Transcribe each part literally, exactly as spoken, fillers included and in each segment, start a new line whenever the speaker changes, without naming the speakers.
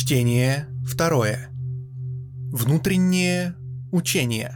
Чтение второе. Внутреннее учение.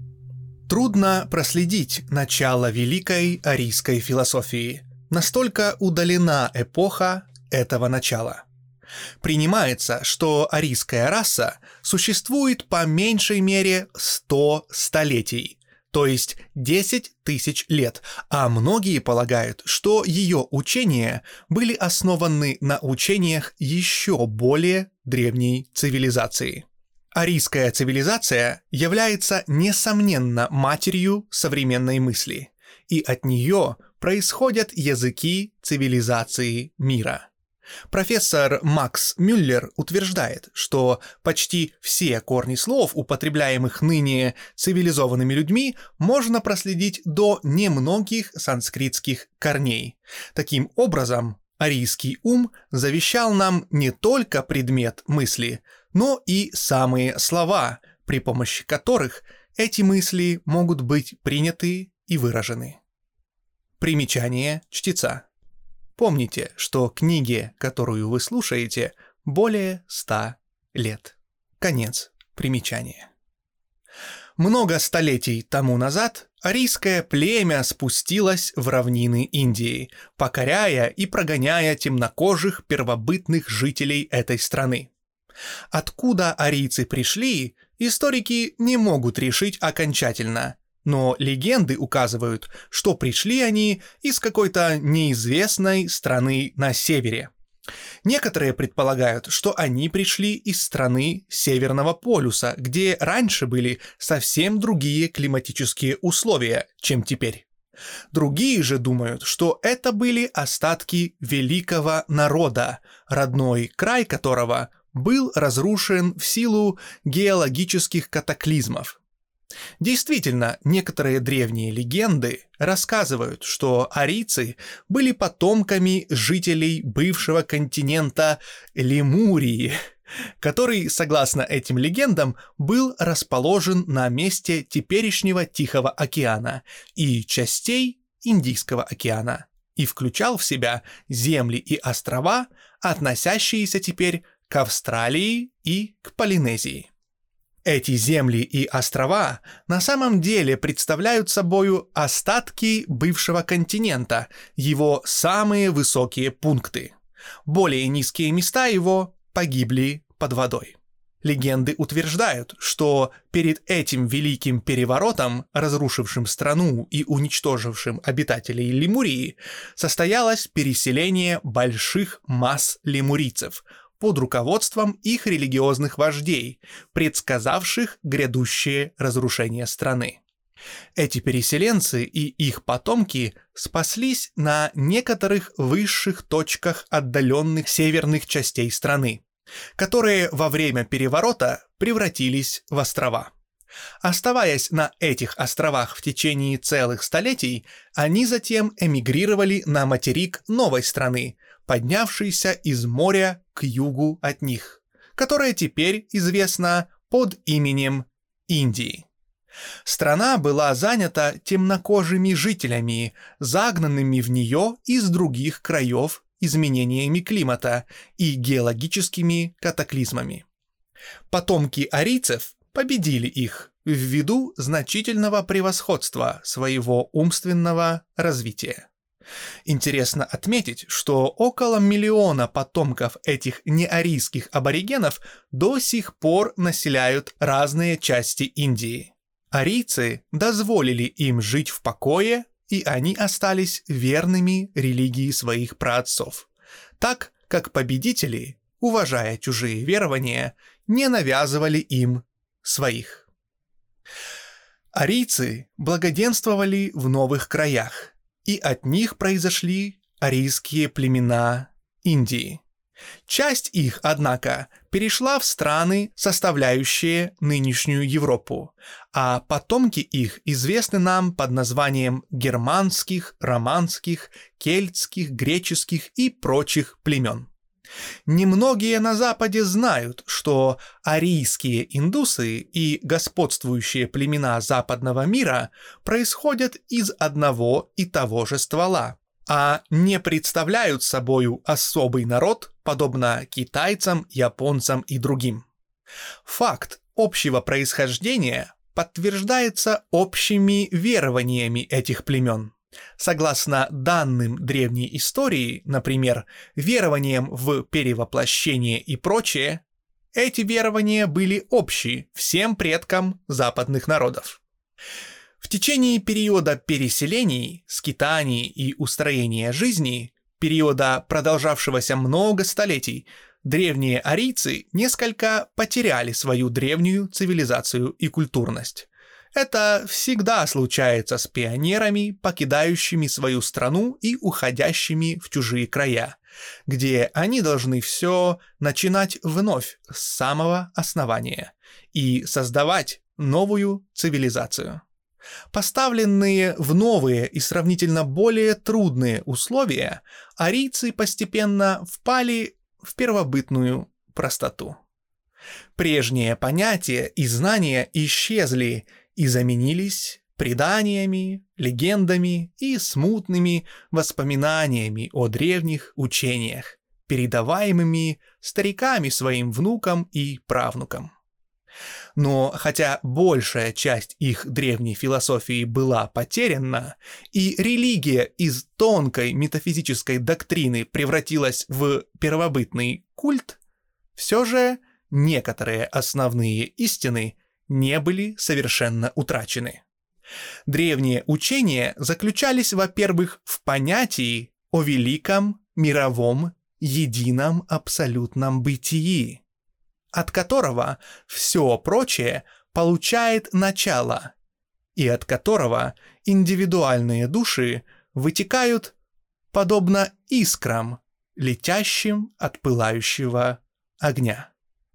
Трудно проследить начало великой арийской философии. Настолько удалена эпоха этого начала. Принимается, что арийская раса существует по меньшей мере сто столетий, то есть десять тысяч лет, а многие полагают, что ее учения были основаны на учениях еще более древней цивилизации. Арийская цивилизация является, несомненно, матерью современной мысли, и от нее происходят языки цивилизации мира. Профессор Макс Мюллер утверждает, что почти все корни слов, употребляемых ныне цивилизованными людьми, можно проследить до немногих санскритских корней. Таким образом, арийский ум завещал нам не только предмет мысли, но и самые слова, при помощи которых эти мысли могут быть приняты и выражены. Примечание чтеца. Помните, что книге, которую вы слушаете, более ста лет. Конец примечания. Много столетий тому назад арийское племя спустилось в равнины Индии, покоряя и прогоняя темнокожих первобытных жителей этой страны. Откуда арийцы пришли, историки не могут решить окончательно, но легенды указывают, что пришли они из какой-то неизвестной страны на севере. Некоторые предполагают, что они пришли из страны Северного полюса, где раньше были совсем другие климатические условия, чем теперь. Другие же думают, что это были остатки великого народа, родной край которого был разрушен в силу геологических катаклизмов. Действительно, некоторые древние легенды рассказывают, что арийцы были потомками жителей бывшего континента Лемурии, который, согласно этим легендам, был расположен на месте теперешнего Тихого океана и частей Индийского океана, и включал в себя земли и острова, относящиеся теперь к Австралии и к Полинезии. Эти земли и острова на самом деле представляют собою остатки бывшего континента, его самые высокие пункты. Более низкие места его погибли под водой. Легенды утверждают, что перед этим великим переворотом, разрушившим страну и уничтожившим обитателей Лемурии, состоялось переселение больших масс лемурийцев под руководством их религиозных вождей, предсказавших грядущее разрушение страны. Эти переселенцы и их потомки спаслись на некоторых высших точках отдаленных северных частей страны, которые во время переворота превратились в острова. Оставаясь на этих островах в течение целых столетий, они затем эмигрировали на материк новой страны, поднявшейся из моря к югу от них, которая теперь известна под именем Индии. Страна была занята темнокожими жителями, загнанными в нее из других краев изменениями климата и геологическими катаклизмами. Потомки арийцев победили их ввиду значительного превосходства своего умственного развития. Интересно отметить, что около миллиона потомков этих неарийских аборигенов до сих пор населяют разные части Индии. Арийцы дозволили им жить в покое, и они остались верными религии своих праотцов, так как победители, уважая чужие верования, не навязывали им своих. Арийцы благоденствовали в новых краях, и от них произошли арийские племена Индии. Часть их, однако, перешла в страны, составляющие нынешнюю Европу, а потомки их известны нам под названием германских, романских, кельтских, греческих и прочих племен. Немногие на Западе знают, что арийские индусы и господствующие племена западного мира происходят из одного и того же ствола, а не представляют собою особый народ, подобно китайцам, японцам и другим. Факт общего происхождения подтверждается общими верованиями этих племен. Согласно данным древней истории, например, верованиям в перевоплощение и прочее, эти верования были общи всем предкам западных народов. В течение периода переселений, скитаний и устроения жизни, периода, продолжавшегося много столетий, древние арийцы несколько потеряли свою древнюю цивилизацию и культурность. Это всегда случается с пионерами, покидающими свою страну и уходящими в чужие края, где они должны все начинать вновь с самого основания и создавать новую цивилизацию. Поставленные в новые и сравнительно более трудные условия, арийцы постепенно впали в первобытную простоту. Прежние понятия и знания исчезли и заменились преданиями, легендами и смутными воспоминаниями о древних учениях, передаваемыми стариками своим внукам и правнукам. Но хотя большая часть их древней философии была потеряна, и религия из тонкой метафизической доктрины превратилась в первобытный культ, все же некоторые основные истины не были совершенно утрачены. Древние учения заключались, во-первых, в понятии о великом, мировом, едином абсолютном бытии, от которого все прочее получает начало, и от которого индивидуальные души вытекают подобно искрам, летящим от пылающего огня.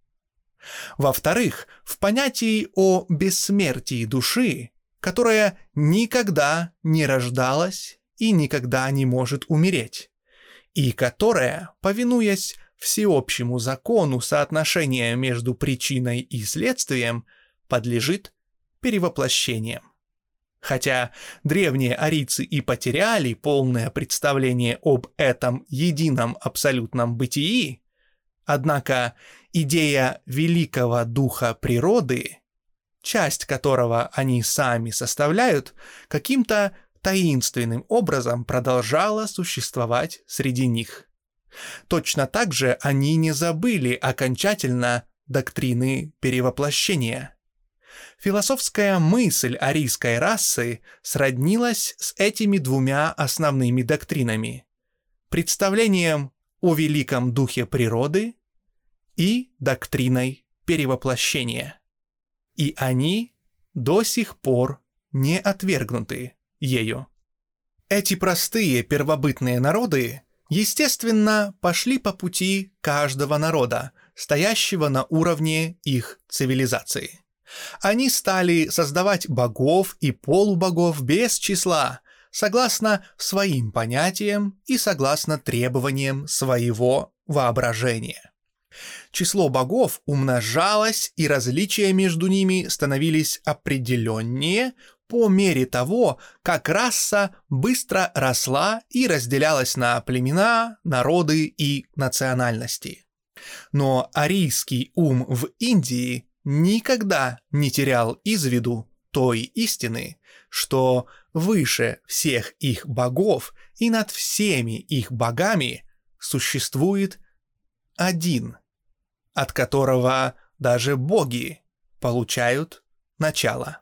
Во-вторых, в понятии о бессмертии души, которая никогда не рождалась и никогда не может умереть, и которая, повинуясь всеобщему закону соотношения между причиной и следствием, подлежит перевоплощениям. Хотя древние арийцы и потеряли полное представление об этом едином абсолютном бытии, однако идея великого духа природы, часть которого они сами составляют, каким-то таинственным образом продолжала существовать среди них. Точно так же они не забыли окончательно доктрины перевоплощения. Философская мысль арийской расы сроднилась с этими двумя основными доктринами – представлением о великом духе природы и доктриной перевоплощения. И они до сих пор не отвергнуты ею. Эти простые первобытные народы, естественно, пошли по пути каждого народа, стоящего на уровне их цивилизации. Они стали создавать богов и полубогов без числа, согласно своим понятиям и согласно требованиям своего воображения. Число богов умножалось, и различия между ними становились определеннее по мере того, как раса быстро росла и разделялась на племена, народы и национальности. Но арийский ум в Индии никогда не терял из виду той истины, что выше всех их богов и над всеми их богами существует один, от которого даже боги получают начало.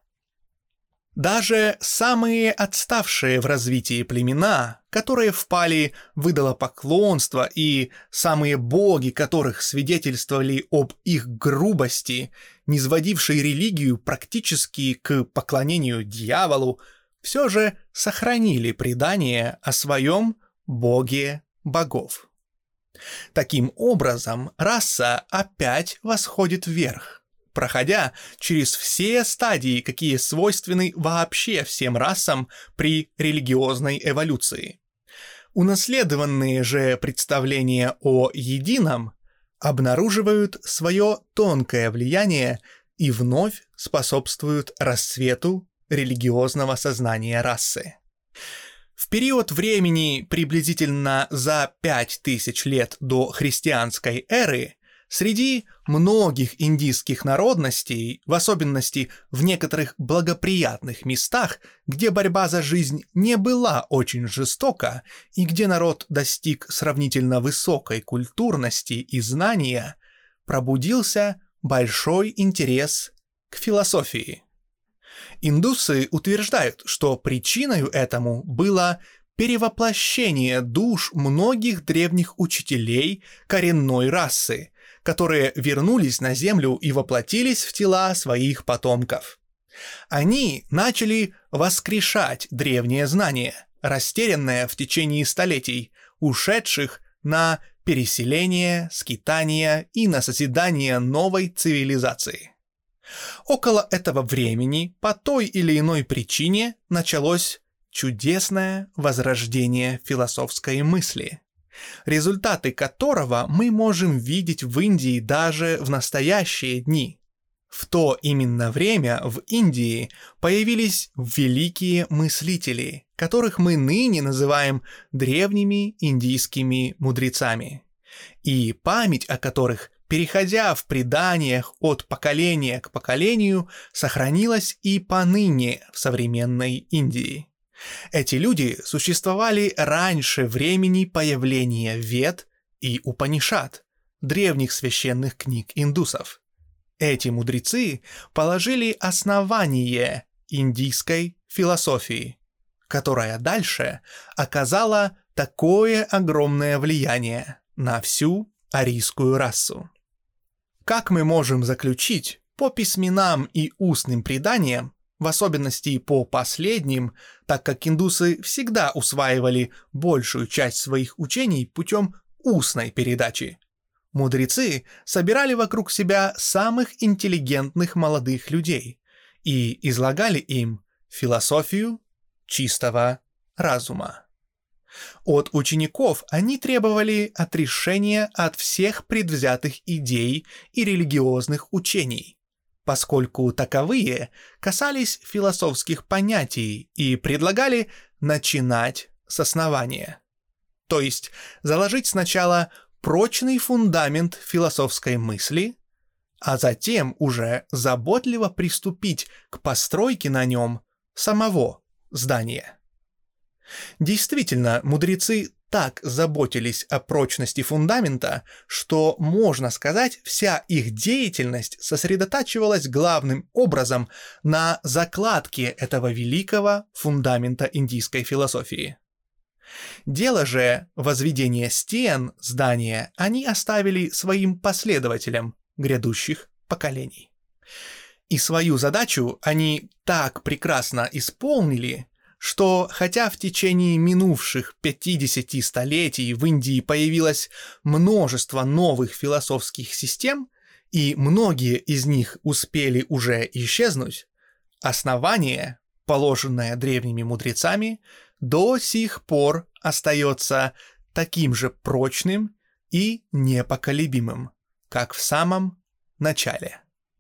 Даже самые отставшие в развитии племена, которые впали в идолопоклонство, и самые боги, которых свидетельствовали об их грубости, низводившие религию практически к поклонению дьяволу, все же сохранили предание о своем боге богов. Таким образом, раса опять восходит вверх, проходя через все стадии, какие свойственны вообще всем расам при религиозной эволюции. Унаследованные же представления о едином обнаруживают свое тонкое влияние и вновь способствуют расцвету религиозного сознания расы. В период времени приблизительно за пять тысяч лет до христианской эры среди многих индийских народностей, в особенности в некоторых благоприятных местах, где борьба за жизнь не была очень жестока и где народ достиг сравнительно высокой культурности и знания, пробудился большой интерес к философии. Индусы утверждают, что причиной этому было перевоплощение душ многих древних учителей коренной расы, которые вернулись на Землю и воплотились в тела своих потомков. Они начали воскрешать древнее знание, растерянное в течение столетий, ушедших на переселение, скитание и на созидание новой цивилизации. Около этого времени по той или иной причине началось чудесное возрождение философской мысли, результаты которого мы можем видеть в Индии даже в настоящие дни. В то именно время в Индии появились великие мыслители, которых мы ныне называем древними индийскими мудрецами, и память о которых, переходя в преданиях от поколения к поколению, сохранилась и поныне в современной Индии. Эти люди существовали раньше времени появления Вед и Упанишад, древних священных книг индусов. Эти мудрецы положили основание индийской философии, которая дальше оказала такое огромное влияние на всю арийскую расу. Как мы можем заключить, по письменам и устным преданиям, в особенности по последним, так как индусы всегда усваивали большую часть своих учений путем устной передачи, мудрецы собирали вокруг себя самых интеллигентных молодых людей и излагали им философию чистого разума. От учеников они требовали отрешения от всех предвзятых идей и религиозных учений, поскольку таковые касались философских понятий и предлагали начинать с основания. То есть заложить сначала прочный фундамент философской мысли, а затем уже заботливо приступить к постройке на нем самого здания. Действительно, мудрецы так заботились о прочности фундамента, что, можно сказать, вся их деятельность сосредотачивалась главным образом на закладке этого великого фундамента индийской философии. Дело же возведения стен здания они оставили своим последователям грядущих поколений. И свою задачу они так прекрасно исполнили, что хотя в течение минувших пятидесяти столетий в Индии появилось множество новых философских систем, и многие из них успели уже исчезнуть, основание, положенное древними мудрецами, до сих пор остается таким же прочным и непоколебимым, как в самом начале.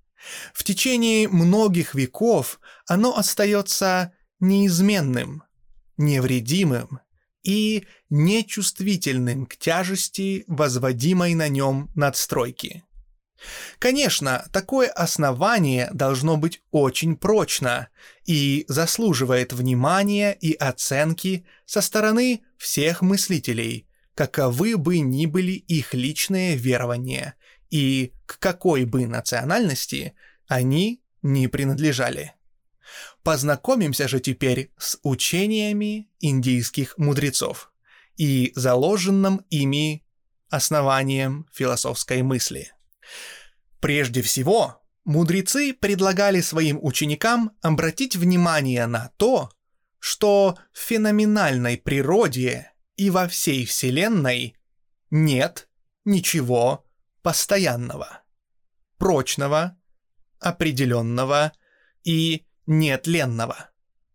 В течение многих веков оно остается неизменным, невредимым и нечувствительным к тяжести возводимой на нем надстройки. Конечно, такое основание должно быть очень прочно и заслуживает внимания и оценки со стороны всех мыслителей, каковы бы ни были их личные верования и к какой бы национальности они ни принадлежали. Познакомимся же теперь с учениями индийских мудрецов и заложенным ими основанием философской мысли. Прежде всего, мудрецы предлагали своим ученикам обратить внимание на то, что в феноменальной природе и во всей Вселенной нет ничего постоянного, прочного, определенного и нетленного.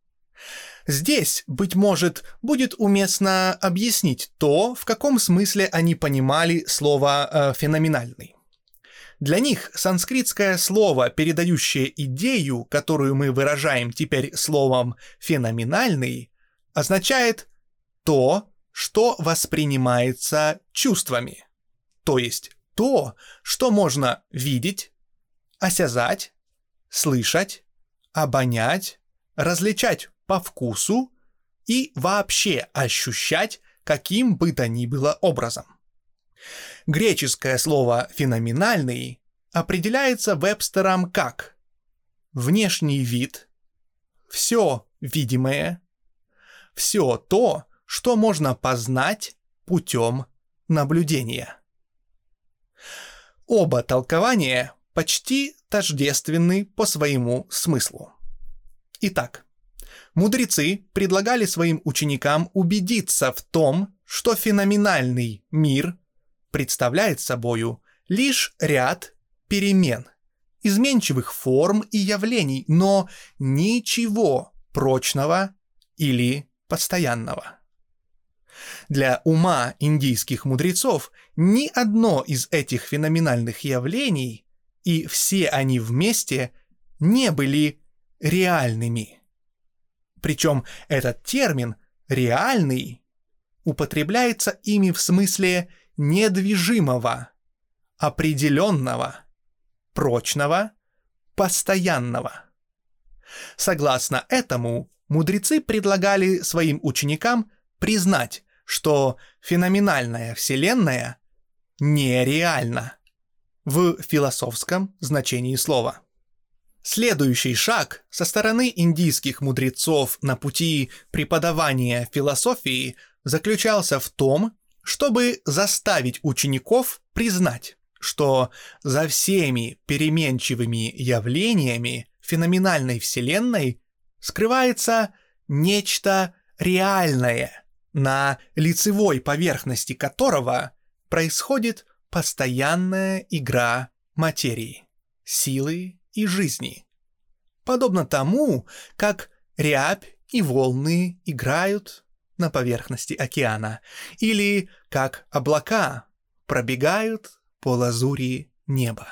Здесь, быть может, будет уместно объяснить то, в каком смысле они понимали слово э, «феноменальный». Для них санскритское слово, передающее идею, которую мы выражаем теперь словом «феноменальный», означает то, что воспринимается чувствами, то есть то, что можно видеть, осязать, слышать, обонять, различать по вкусу и вообще ощущать каким бы то ни было образом. Греческое слово «феноменальный» определяется Вебстером как внешний вид, все видимое, все то, что можно познать путем наблюдения. Оба толкования почти тождественны по своему смыслу. Итак, мудрецы предлагали своим ученикам убедиться в том, что феноменальный мир представляет собою лишь ряд перемен, изменчивых форм и явлений, но ничего прочного или постоянного. Для ума индийских мудрецов ни одно из этих феноменальных явлений, и все они вместе, не были реальными. Причем этот термин «реальный» употребляется ими в смысле недвижимого, определенного, прочного, постоянного. Согласно этому, мудрецы предлагали своим ученикам признать, что феноменальная Вселенная нереальна в философском значении слова. Следующий шаг со стороны индийских мудрецов на пути преподавания философии заключался в том, чтобы заставить учеников признать, что за всеми переменчивыми явлениями феноменальной Вселенной скрывается нечто реальное, на лицевой поверхности которого происходит постоянная игра материи, силы и жизни. Подобно тому, как рябь и волны играют на поверхности океана, или как облака пробегают по лазури неба.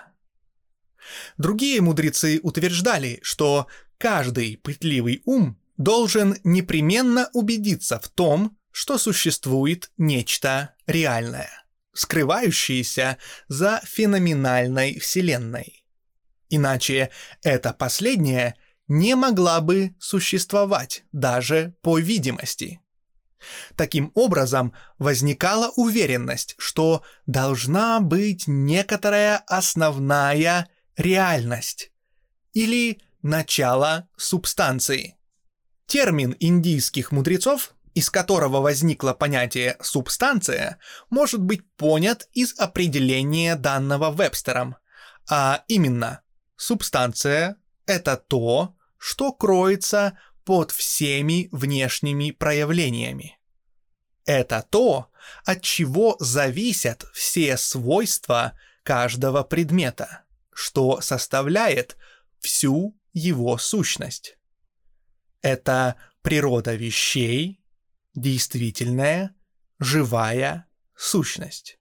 Другие мудрецы утверждали, что каждый пытливый ум должен непременно убедиться в том, что существует нечто реальное, скрывающееся за феноменальной Вселенной. Иначе эта последняя не могла бы существовать даже по видимости. Таким образом, возникала уверенность, что должна быть некоторая основная реальность или начало субстанции. Термин индийских мудрецов, из которого возникло понятие «субстанция», может быть понят из определения данного Вебстером, а именно субстанция – это то, что кроется под всеми внешними проявлениями. Это то, от чего зависят все свойства каждого предмета, что составляет всю его сущность. Это природа вещей, действительная, живая сущность.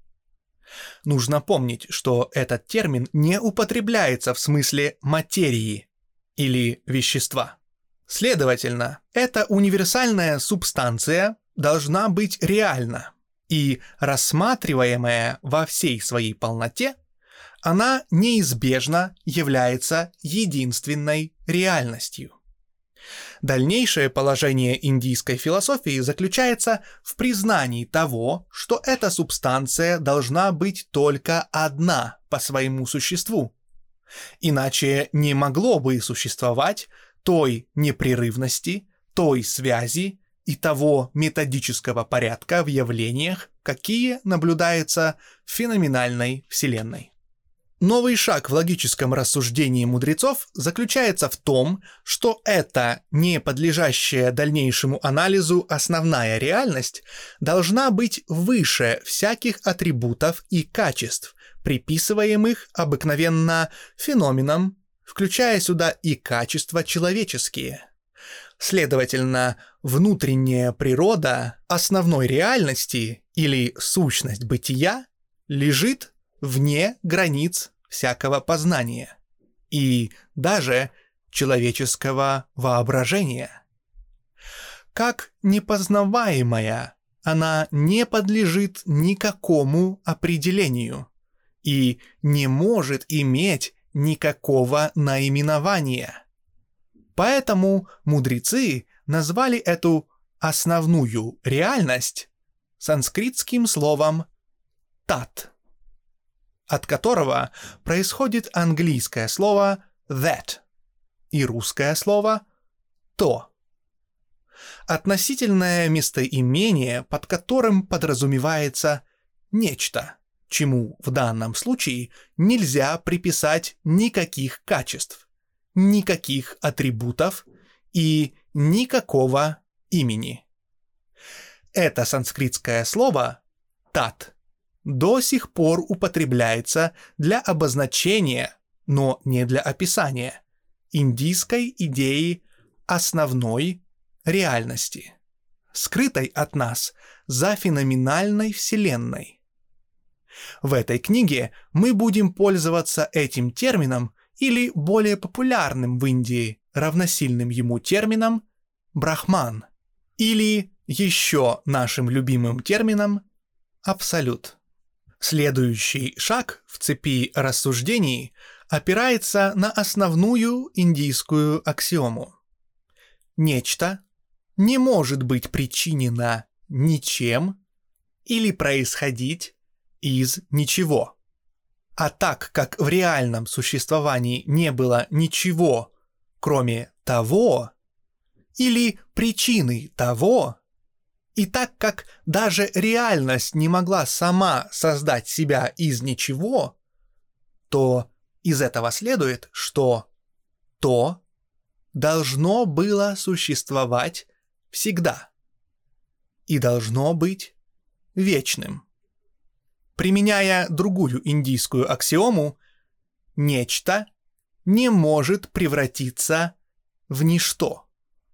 Нужно помнить, что этот термин не употребляется в смысле материи или вещества. Следовательно, эта универсальная субстанция должна быть реальна, и рассматриваемая во всей своей полноте, она неизбежно является единственной реальностью. Дальнейшее положение индийской философии заключается в признании того, что эта субстанция должна быть только одна по своему существу. Иначе не могло бы существовать той непрерывности, той связи и того методического порядка в явлениях, какие наблюдаются в феноменальной Вселенной. Новый шаг в логическом рассуждении мудрецов заключается в том, что эта, не подлежащая дальнейшему анализу основная реальность, должна быть выше всяких атрибутов и качеств, приписываемых обыкновенно феноменам, включая сюда и качества человеческие. Следовательно, внутренняя природа основной реальности или сущность бытия лежит вне границ всякого познания и даже человеческого воображения. Как непознаваемая, она не подлежит никакому определению и не может иметь никакого наименования. Поэтому мудрецы назвали эту основную реальность санскритским словом «тат», от которого происходит английское слово «that» и русское слово «то». Относительное местоимение, под которым подразумевается нечто, чему в данном случае нельзя приписать никаких качеств, никаких атрибутов и никакого имени. Это санскритское слово «тат» до сих пор употребляется для обозначения, но не для описания, индийской идеи основной реальности, скрытой от нас за феноменальной вселенной. В этой книге мы будем пользоваться этим термином или более популярным в Индии равносильным ему термином «брахман» или еще нашим любимым термином «абсолют». Следующий шаг в цепи рассуждений опирается на основную индийскую аксиому. Нечто не может быть причинено ничем или происходить из ничего. А так как в реальном существовании не было ничего, кроме того, или причины того, и так как даже реальность не могла сама создать себя из ничего, то из этого следует, что то должно было существовать всегда и должно быть вечным. Применяя другую индийскую аксиому, нечто не может превратиться в ничто.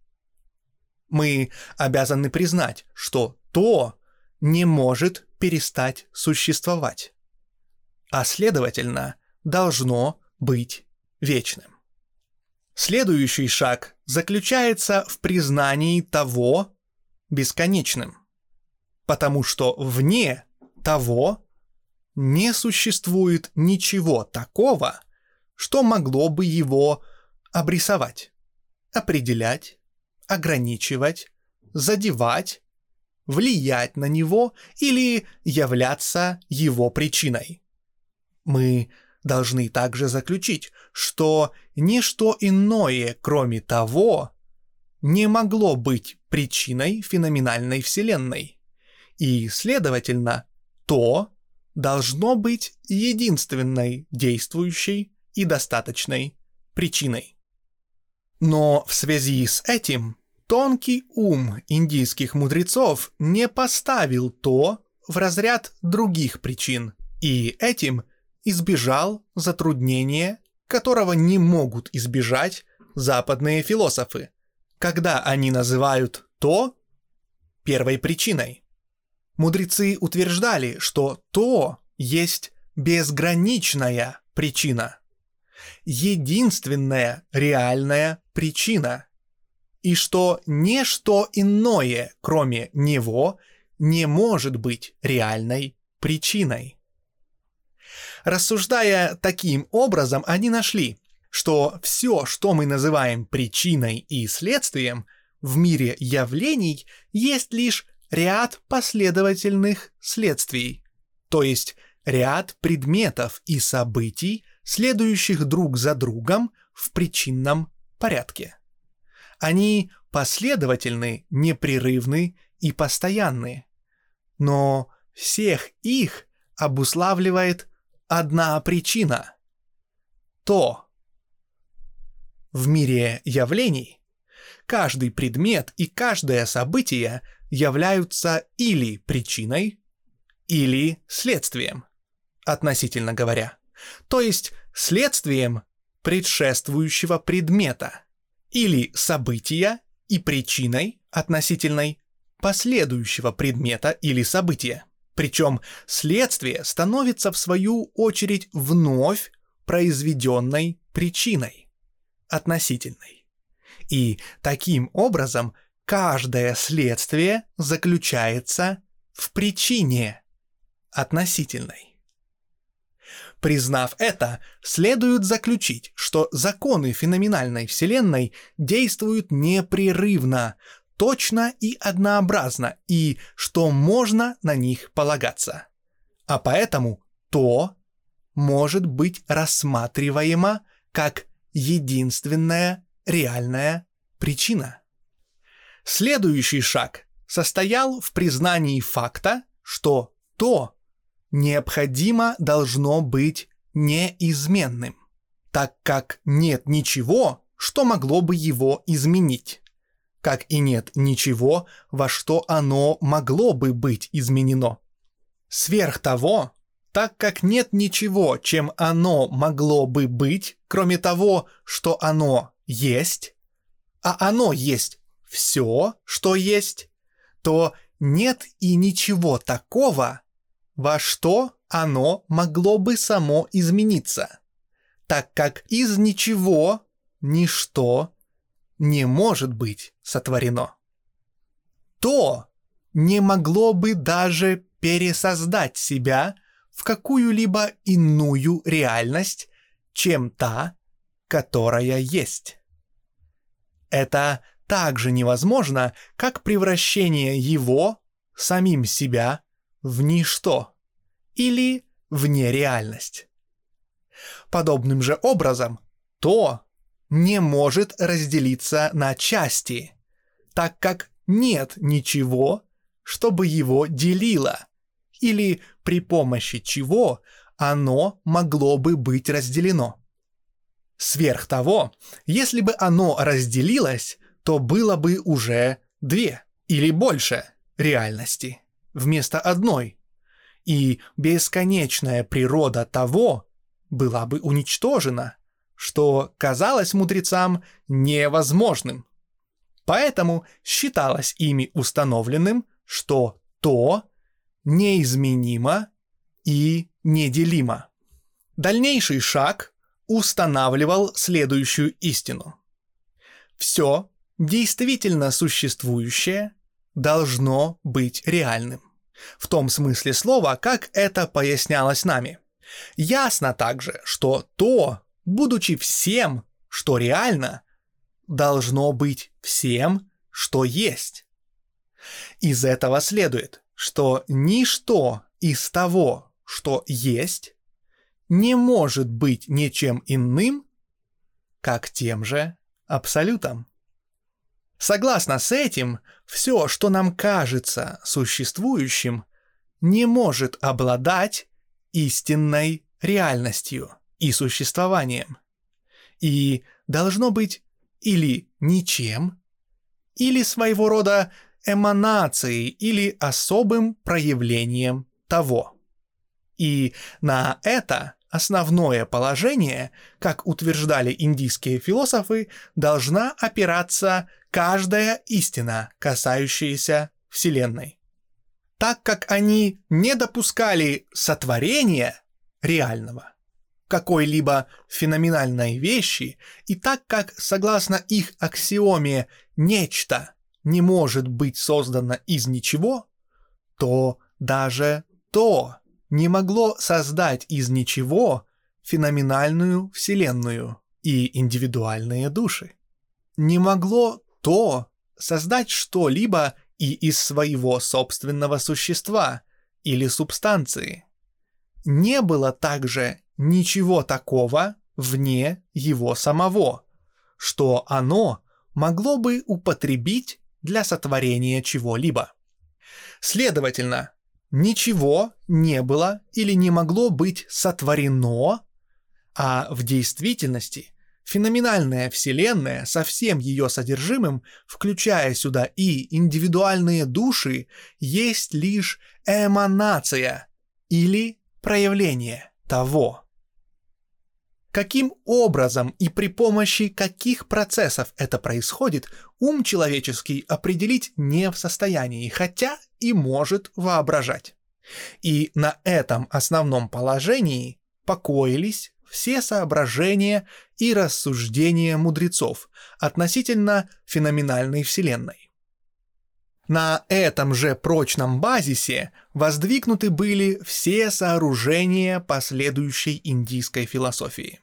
Мы обязаны признать, что то не может перестать существовать, а следовательно, должно быть вечным. Следующий шаг заключается в признании того бесконечным, потому что вне того не существует ничего такого, что могло бы его обрисовать, определять, ограничивать, задевать, влиять на него или являться его причиной. Мы должны также заключить, что ничто иное, кроме того, не могло быть причиной феноменальной вселенной, и, следовательно, то должно быть единственной действующей и достаточной причиной. Но в связи с этим тонкий ум индийских мудрецов не поставил то в разряд других причин, и этим избежал затруднения, которого не могут избежать западные философы, когда они называют то первой причиной. Мудрецы утверждали, что то есть безграничная причина, единственная реальная причина, и что ничто иное, кроме него, не может быть реальной причиной. Рассуждая таким образом, они нашли, что все, что мы называем причиной и следствием, в мире явлений есть лишь ряд последовательных следствий, то есть ряд предметов и событий, следующих друг за другом в причинном порядке. Они последовательны, непрерывны и постоянны, но всех их обуславливает одна причина – то. В мире явлений каждый предмет и каждое событие являются или причиной, или следствием, относительно говоря, то есть следствием предшествующего предмета, или события и причиной относительной последующего предмета или события. Причем следствие становится в свою очередь вновь произведенной причиной, относительной. И таким образом каждое следствие заключается в причине относительной. Признав это, следует заключить, что законы феноменальной Вселенной действуют непрерывно, точно и однообразно, и что можно на них полагаться. А поэтому то может быть рассматриваемо как единственная реальная причина. Следующий шаг состоял в признании факта, что то необходимо должно быть неизменным, так как нет ничего, что могло бы его изменить, как и нет ничего, во что оно могло бы быть изменено. Сверх того, так как нет ничего, чем оно могло бы быть, кроме того, что оно есть, а оно есть все, что есть, то нет и ничего такого, во что оно могло бы само измениться, так как из ничего ничто не может быть сотворено. То не могло бы даже пересоздать себя в какую-либо иную реальность, чем та, которая есть. Это так же невозможно, как превращение его, самим себя, в ничто или в нереальность. Подобным же образом, то не может разделиться на части, так как нет ничего, чтобы его делило, или при помощи чего оно могло бы быть разделено. Сверх того, если бы оно разделилось, то было бы уже две или больше реальности вместо одной, и бесконечная природа того была бы уничтожена, что казалось мудрецам невозможным. Поэтому считалось ими установленным, что то неизменимо и неделимо. Дальнейший шаг устанавливал следующую истину. Все действительно существующее должно быть реальным. В том смысле слова, как это пояснялось нами. Ясно также, что то, будучи всем, что реально, должно быть всем, что есть. Из этого следует, что ничто из того, что есть, не может быть ничем иным, как тем же абсолютом. Согласно с этим, все, что нам кажется существующим, не может обладать истинной реальностью и существованием, и должно быть или ничем, или своего рода эманацией или особым проявлением того. И на это основное положение, как утверждали индийские философы, должна опираться каждая истина, касающаяся Вселенной. Так как они не допускали сотворения реального, какой-либо феноменальной вещи, и так как, согласно их аксиоме, нечто не может быть создано из ничего, то даже то не могло создать из ничего феноменальную Вселенную и индивидуальные души. Не могло то создать что-либо и из своего собственного существа или субстанции. Не было также ничего такого вне его самого, что оно могло бы употребить для сотворения чего-либо. Следовательно, ничего не было или не могло быть сотворено, а в действительности феноменальная Вселенная со всем ее содержимым, включая сюда и индивидуальные души, есть лишь эманация или проявление того. Каким образом и при помощи каких процессов это происходит, ум человеческий определить не в состоянии, хотя и может воображать. И на этом основном положении покоились все соображения и рассуждения мудрецов относительно феноменальной Вселенной. На этом же прочном базисе воздвигнуты были все сооружения последующей индийской философии.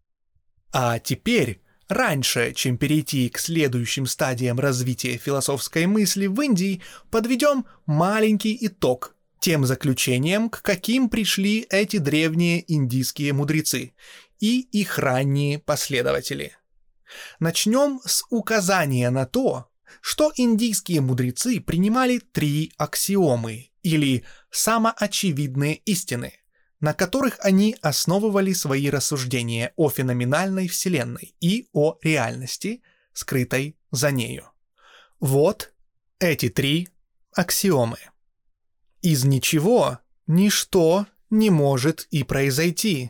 А теперь, раньше, чем перейти к следующим стадиям развития философской мысли в Индии, подведем маленький итог тем заключениям, к каким пришли эти древние индийские мудрецы и их ранние последователи. Начнем с указания на то, что индийские мудрецы принимали три аксиомы, или самоочевидные истины, на которых они основывали свои рассуждения о феноменальной Вселенной и о реальности, скрытой за нею. Вот эти три аксиомы. Из ничего ничто не может и произойти.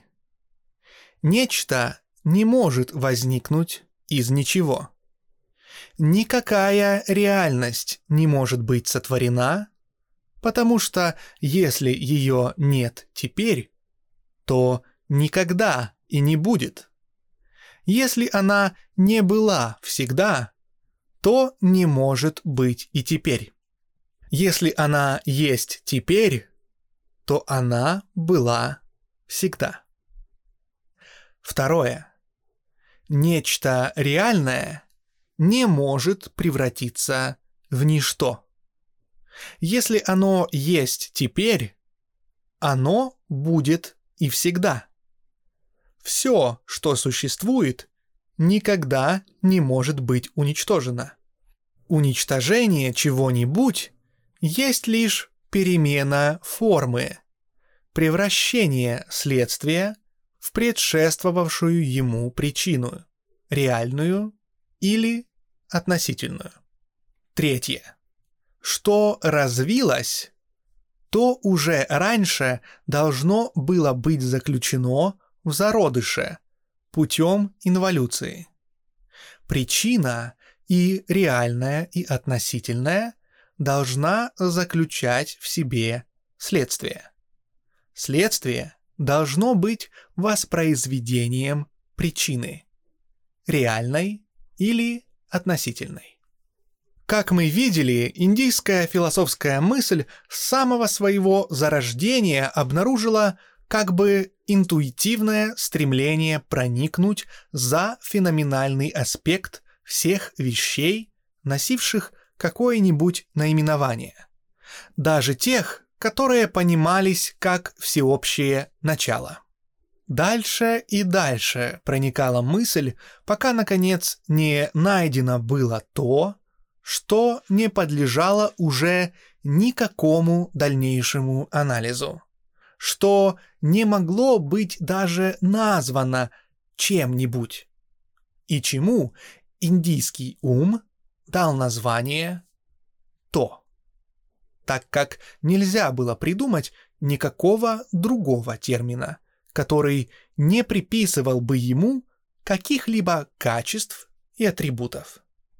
Нечто не может возникнуть из ничего. Никакая реальность не может быть сотворена, потому что если ее нет теперь, то никогда и не будет. Если она не была всегда, то не может быть и теперь. Если она есть теперь, то она была всегда. Второе. Нечто реальное не может превратиться в ничто. Если оно есть теперь, оно будет и всегда. Все, что существует, никогда не может быть уничтожено. Уничтожение чего-нибудь есть лишь перемена формы, превращение следствия в предшествовавшую ему причину, реальную или относительную. Третье. Что развилось, то уже раньше должно было быть заключено в зародыше путем инволюции. Причина и реальная, и относительная должна заключать в себе следствие. Следствие должно быть воспроизведением причины, реальной или относительной. Как мы видели, индийская философская мысль с самого своего зарождения обнаружила как бы интуитивное стремление проникнуть за феноменальный аспект всех вещей, носивших какое-нибудь наименование, даже тех, которые понимались как всеобщее начало. Дальше и дальше проникала мысль, пока, наконец, не найдено было то, что не подлежало уже никакому дальнейшему анализу, что не могло быть даже названо чем-нибудь, и чему индийский ум дал название «то», так как нельзя было придумать никакого другого термина, который не приписывал бы ему каких-либо качеств и атрибутов.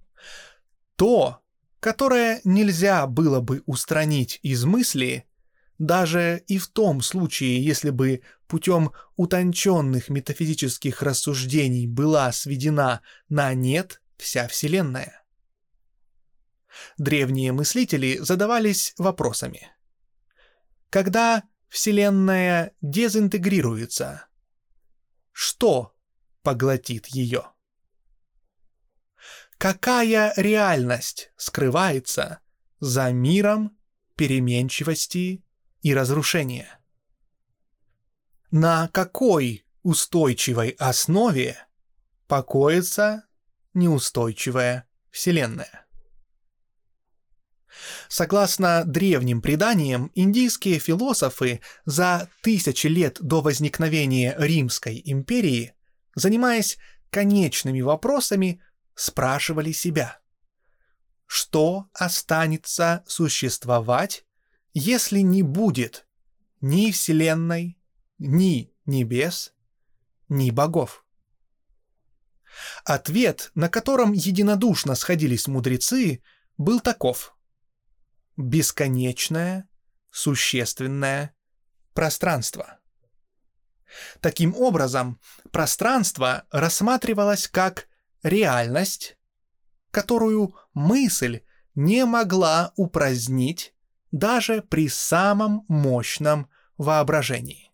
То, которое нельзя было бы устранить из мысли, даже и в том случае, если бы путем утонченных метафизических рассуждений была сведена на нет вся Вселенная. Древние мыслители задавались вопросами. Когда Вселенная дезинтегрируется, что поглотит ее? Какая реальность скрывается за миром переменчивости и разрушения? На какой устойчивой основе покоится неустойчивая Вселенная? Согласно древним преданиям, индийские философы за тысячи лет до возникновения Римской империи, занимаясь конечными вопросами, спрашивали себя: что останется существовать, если не будет ни Вселенной, ни небес, ни богов? Ответ, на котором единодушно сходились мудрецы, был таков: бесконечное, существенное пространство. Таким образом, пространство рассматривалось как реальность, которую мысль не могла упразднить даже при самом мощном воображении.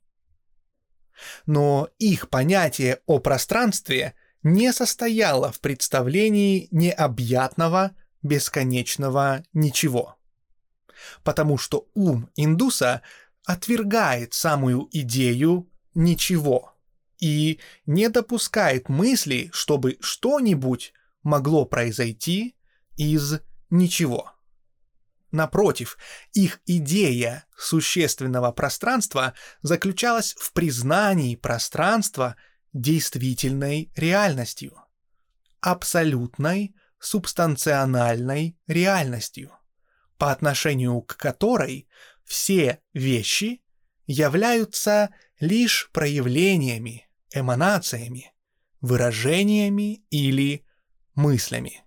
Но их понятие о пространстве не состояло в представлении необъятного, бесконечного ничего. Потому что ум индуса отвергает самую идею ничего и не допускает мысли, чтобы что-нибудь могло произойти из ничего. Напротив, их идея существенного пространства заключалась в признании пространства действительной реальностью, абсолютной субстанциональной реальностью, по отношению к которой все вещи являются лишь проявлениями, эманациями, выражениями или мыслями.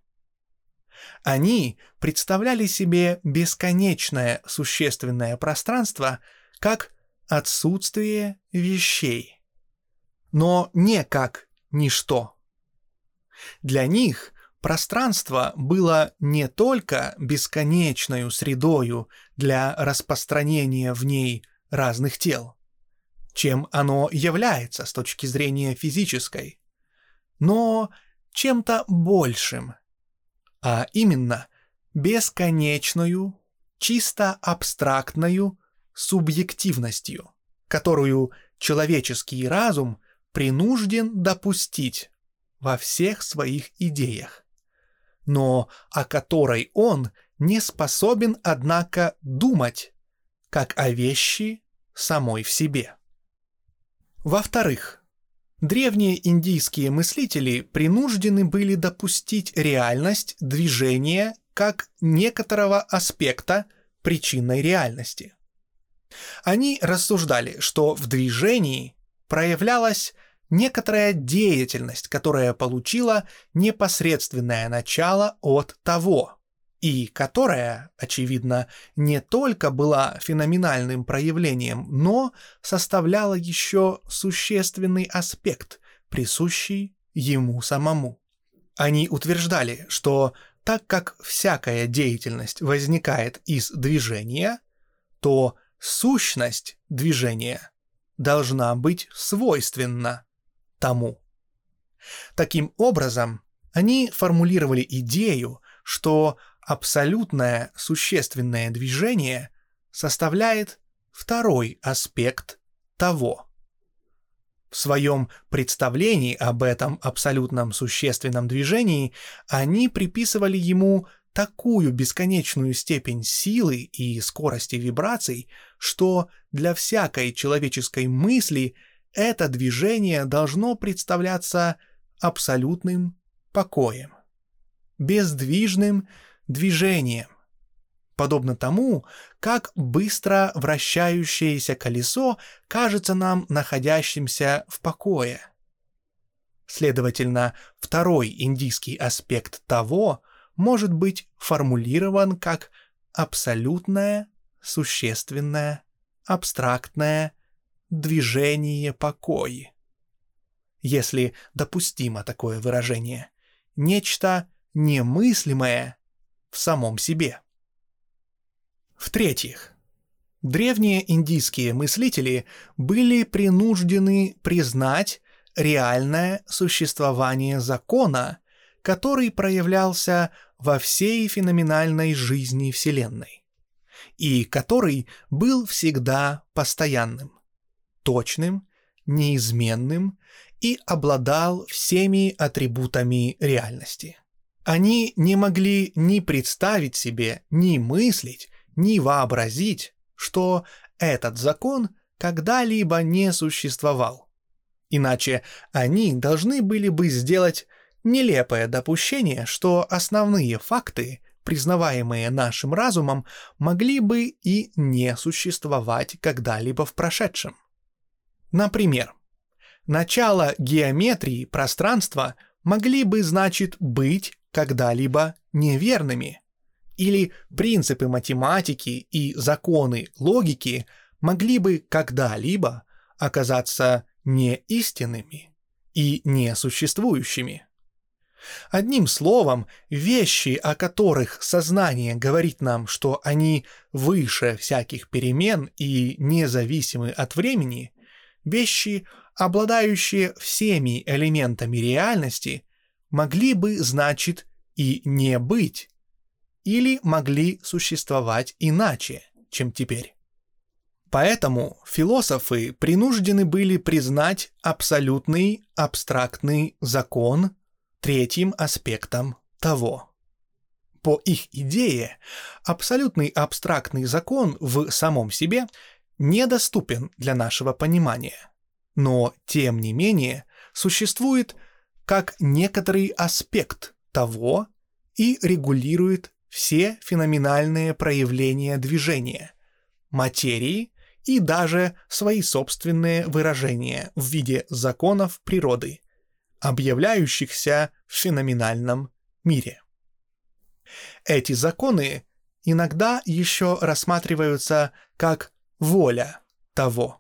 Они представляли себе бесконечное существенное пространство как отсутствие вещей, но не как ничто. Для них пространство было не только бесконечною средою для распространения в ней разных тел, чем оно является с точки зрения физической, но чем-то большим, а именно бесконечную, чисто абстрактную субъективностью, которую человеческий разум принужден допустить во всех своих идеях, но о которой он не способен, однако, думать, как о вещи самой в себе. Во-вторых, древние индийские мыслители принуждены были допустить реальность движения как некоторого аспекта причинной реальности. Они рассуждали, что в движении проявлялась некоторая деятельность, которая получила непосредственное начало от того, и которая, очевидно, не только была феноменальным проявлением, но составляла еще существенный аспект, присущий ему самому. Они утверждали, что так как всякая деятельность возникает из движения, то сущность движения должна быть свойственна тому. Таким образом, они формулировали идею, что абсолютное существенное движение составляет второй аспект того. В своем представлении об этом абсолютном существенном движении они приписывали ему такую бесконечную степень силы и скорости вибраций, что для всякой человеческой мысли это движение должно представляться абсолютным покоем, бездвижным движением, подобно тому, как быстро вращающееся колесо кажется нам находящимся в покое. Следовательно, второй индийский аспект того может быть формулирован как абсолютное, существенное, абстрактное движение покоя. Если допустимо такое выражение, нечто немыслимое в самом себе. В-третьих, древние индийские мыслители были принуждены признать реальное существование закона, который проявлялся во всей феноменальной жизни Вселенной, и который был всегда постоянным, точным, неизменным и обладал всеми атрибутами реальности. Они не могли ни представить себе, ни мыслить, ни вообразить, что этот закон когда-либо не существовал. Иначе они должны были бы сделать нелепое допущение, что основные факты, признаваемые нашим разумом, могли бы и не существовать когда-либо в прошедшем. Например, начало геометрии пространства могли бы, значит, быть когда-либо неверными, или принципы математики и законы логики могли бы когда-либо оказаться неистинными и несуществующими. Одним словом, вещи, о которых сознание говорит нам, что они выше всяких перемен и независимы от времени, вещи, обладающие всеми элементами реальности, могли бы, значит, и не быть, или могли существовать иначе, чем теперь. Поэтому философы принуждены были признать абсолютный абстрактный закон третьим аспектом того. По их идее, абсолютный абстрактный закон в самом себе недоступен для нашего понимания, но, тем не менее, существует как некоторый аспект того и регулирует все феноменальные проявления движения, материи и даже свои собственные выражения в виде законов природы, объявляющихся в феноменальном мире. Эти законы иногда еще рассматриваются как воля того.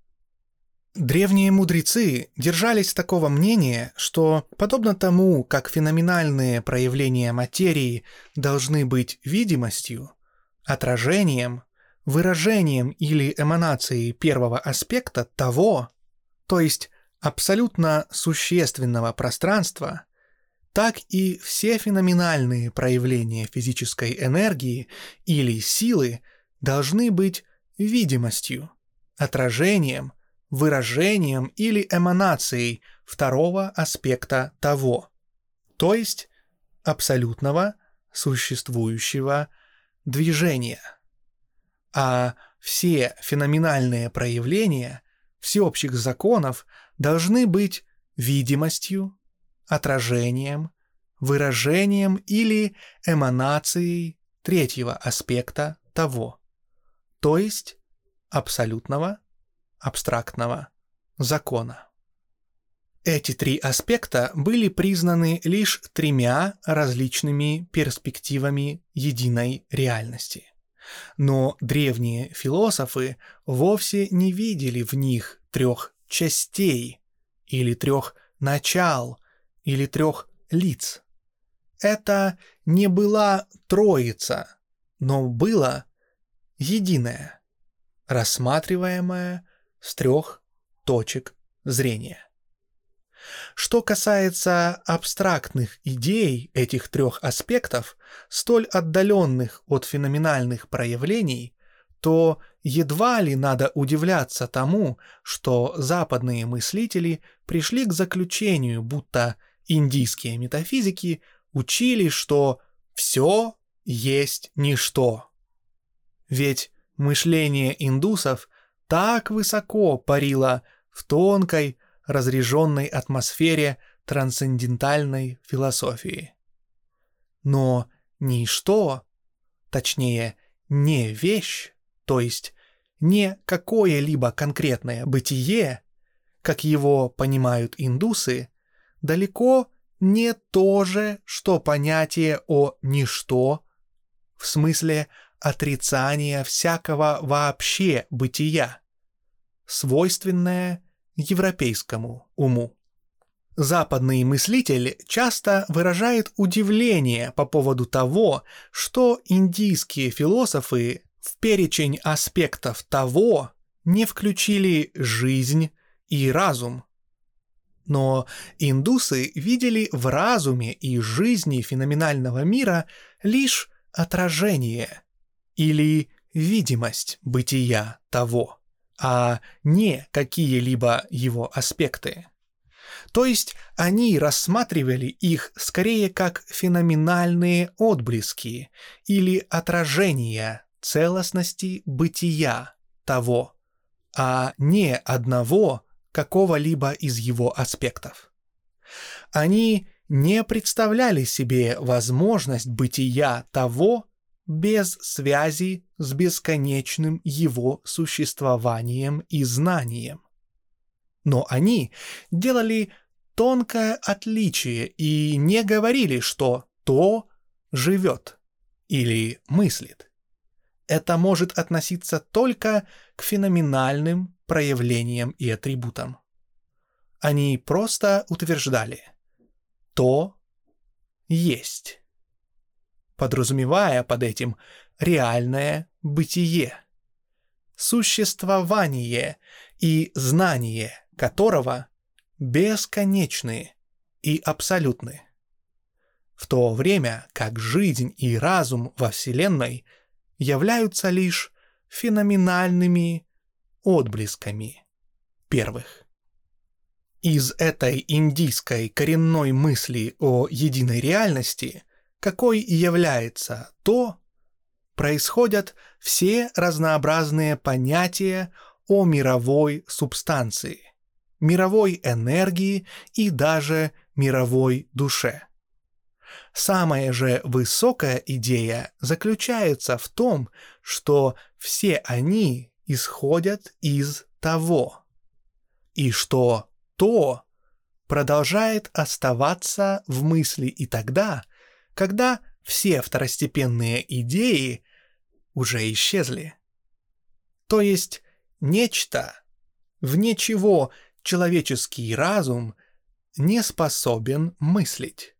Древние мудрецы держались такого мнения, что, подобно тому, как феноменальные проявления материи должны быть видимостью, отражением, выражением или эманацией первого аспекта того, то есть абсолютно существенного пространства, так и все феноменальные проявления физической энергии или силы должны быть видимостью, отражением, выражением или эманацией второго аспекта того, то есть абсолютного существующего движения. А все феноменальные проявления всеобщих законов должны быть видимостью, отражением, выражением или эманацией третьего аспекта того, то есть абсолютного абстрактного закона. Эти три аспекта были признаны лишь тремя различными перспективами единой реальности. Но древние философы вовсе не видели в них трех частей, или трех начал, или трех лиц. Это не была троица, но было единое, рассматриваемое с трех точек зрения. Что касается абстрактных идей этих трех аспектов, столь отдаленных от феноменальных проявлений, то едва ли надо удивляться тому, что западные мыслители пришли к заключению, будто индийские метафизики учили, что все есть ничто. Ведь мышление индусов так высоко парило в тонкой, разреженной атмосфере трансцендентальной философии. Но ничто, точнее, не вещь, то есть не какое-либо конкретное бытие, как его понимают индусы, далеко не то же, что понятие о ничто, в смысле отрицания всякого вообще бытия, свойственное европейскому уму. Западный мыслитель часто выражает удивление по поводу того, что индийские философы в перечень аспектов того не включили жизнь и разум. Но индусы видели в разуме и жизни феноменального мира лишь отражение или видимость бытия того, а не какие-либо его аспекты. То есть они рассматривали их скорее как феноменальные отблески или отражения целостности бытия того, а не одного какого-либо из его аспектов. Они не представляли себе возможность бытия того без связи с бесконечным его существованием и знанием. Но они делали тонкое отличие и не говорили, что то живет или мыслит. Это может относиться только к феноменальным проявлениям и атрибутам. Они просто утверждали: то есть, подразумевая под этим реальное бытие, существование и знание которого бесконечны и абсолютны, в то время как жизнь и разум во Вселенной являются лишь феноменальными отблесками первых. Из этой индийской коренной мысли о единой реальности, какой и является то, происходят все разнообразные понятия о мировой субстанции, мировой энергии и даже мировой душе. Самая же высокая идея заключается в том, что все они исходят из того, и что то продолжает оставаться в мысли и тогда, когда все второстепенные идеи уже исчезли. То есть нечто, вне чего человеческий разум не способен мыслить.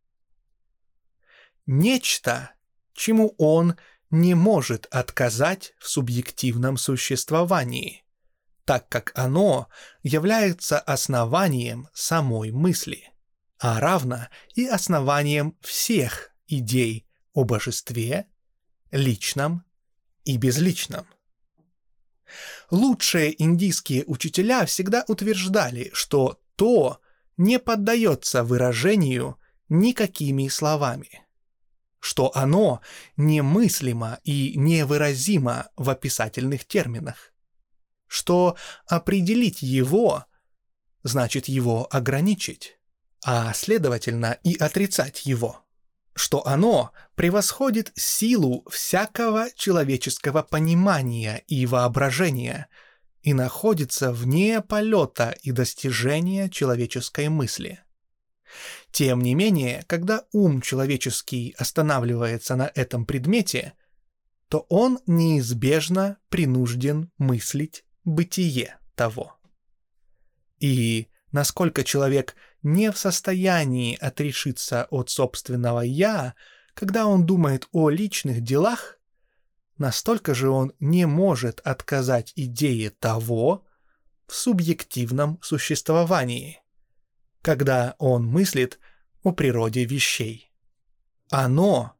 Нечто, чему он не может отказать в субъективном существовании, так как оно является основанием самой мысли, а равно и основанием всех идей о божестве, личном и безличном. Лучшие индийские учителя всегда утверждали, что то не поддается выражению никакими словами, что оно немыслимо и невыразимо в описательных терминах, что определить его значит его ограничить, а следовательно и отрицать его, что оно превосходит силу всякого человеческого понимания и воображения и находится вне полета и достижения человеческой мысли. Тем не менее, когда ум человеческий останавливается на этом предмете, то он неизбежно принужден мыслить бытие того. И насколько человек не в состоянии отрешиться от собственного «я», когда он думает о личных делах, настолько же он не может отказать идее того в субъективном существовании, когда он мыслит о природе вещей. Оно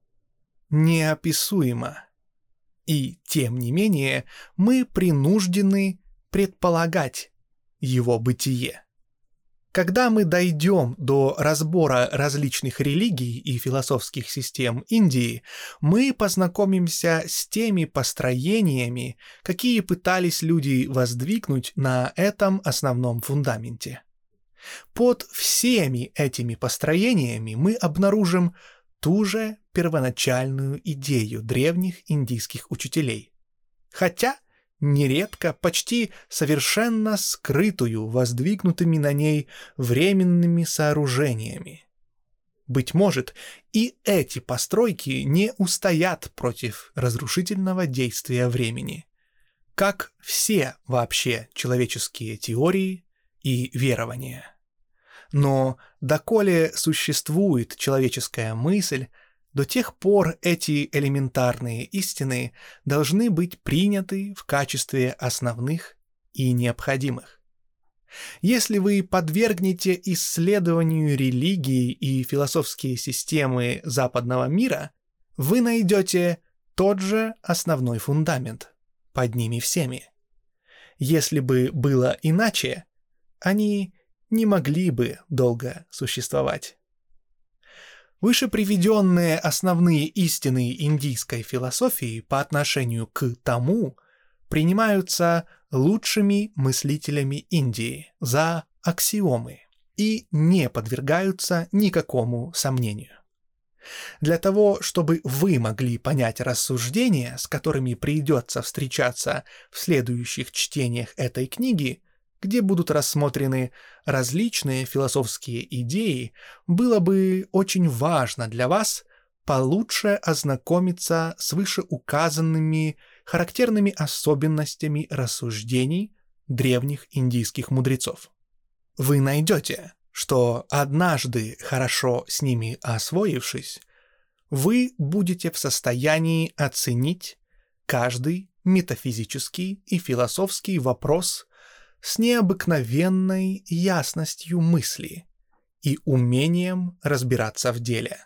неописуемо, и тем не менее мы принуждены предполагать его бытие. Когда мы дойдем до разбора различных религий и философских систем Индии, мы познакомимся с теми построениями, какие пытались люди воздвигнуть на этом основном фундаменте. Под всеми этими построениями мы обнаружим ту же первоначальную идею древних индийских учителей, хотя нередко почти совершенно скрытую воздвигнутыми на ней временными сооружениями. Быть может, и эти постройки не устоят против разрушительного действия времени, как все вообще человеческие теории и верования. Но доколе существует человеческая мысль, до тех пор эти элементарные истины должны быть приняты в качестве основных и необходимых. Если вы подвергнете исследованию религии и философские системы западного мира, вы найдете тот же основной фундамент под ними всеми. Если бы было иначе, они не могли бы долго существовать. Выше приведенные основные истины индийской философии по отношению к тому принимаются лучшими мыслителями Индии за аксиомы и не подвергаются никакому сомнению. Для того, чтобы вы могли понять рассуждения, с которыми придется встречаться в следующих чтениях этой книги, где будут рассмотрены различные философские идеи, было бы очень важно для вас получше ознакомиться с вышеуказанными характерными особенностями рассуждений древних индийских мудрецов. Вы найдете, что однажды, хорошо с ними освоившись, вы будете в состоянии оценить каждый метафизический и философский вопрос с необыкновенной ясностью мысли и умением разбираться в деле.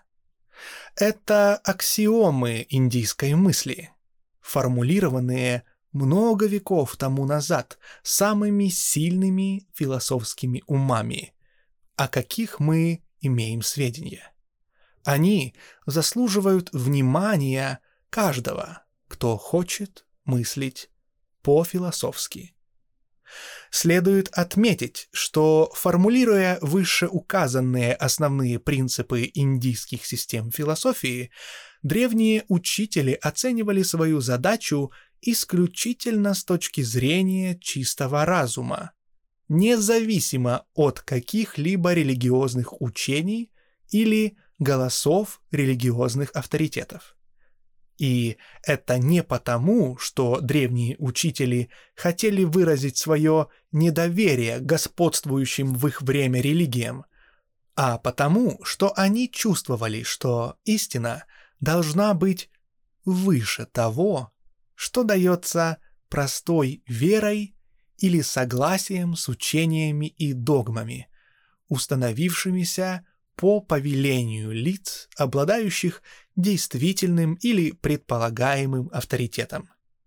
Это аксиомы индийской мысли, формулированные много веков тому назад самыми сильными философскими умами, о каких мы имеем сведения. Они заслуживают внимания каждого, кто хочет мыслить по-философски. Следует отметить, что, формулируя вышеуказанные основные принципы индийских систем философии, древние учители оценивали свою задачу исключительно с точки зрения чистого разума, независимо от каких-либо религиозных учений или голосов религиозных авторитетов. И это не потому, что древние учители хотели выразить свое недоверие господствующим в их время религиям, а потому, что они чувствовали, что истина должна быть выше того, что дается простой верой или согласием с учениями и догмами, установившимися по повелению лиц, обладающих действительным или предполагаемым авторитетом.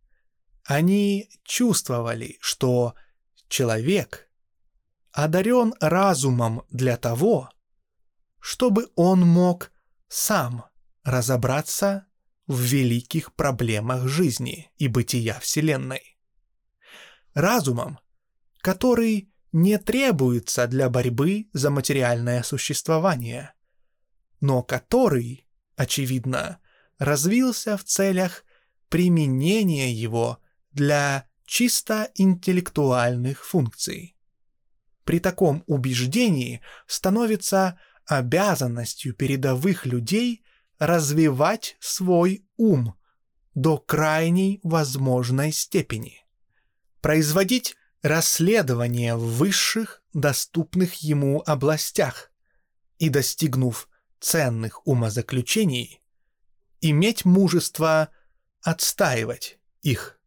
Они чувствовали, что человек одарен разумом для того, чтобы он мог сам разобраться в великих проблемах жизни и бытия Вселенной. Разумом, который не требуется для борьбы за материальное существование, но который, очевидно, развился в целях применения его для чисто интеллектуальных функций. При таком убеждении становится обязанностью передовых людей развивать свой ум до крайней возможной степени, производить расследования в высших, доступных ему областях и, достигнув ценных умозаключений, иметь мужество отстаивать их.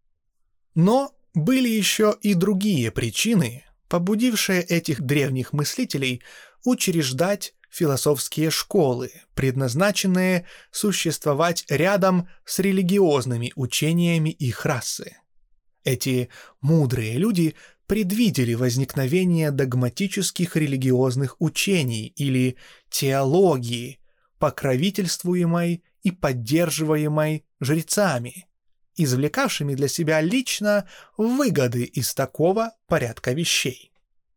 Но были еще и другие причины, побудившие этих древних мыслителей учреждать философские школы, предназначенные существовать рядом с религиозными учениями их расы. Эти мудрые люди предвидели возникновение догматических религиозных учений или теологии, покровительствуемой и поддерживаемой жрецами, извлекавшими для себя лично выгоды из такого порядка вещей.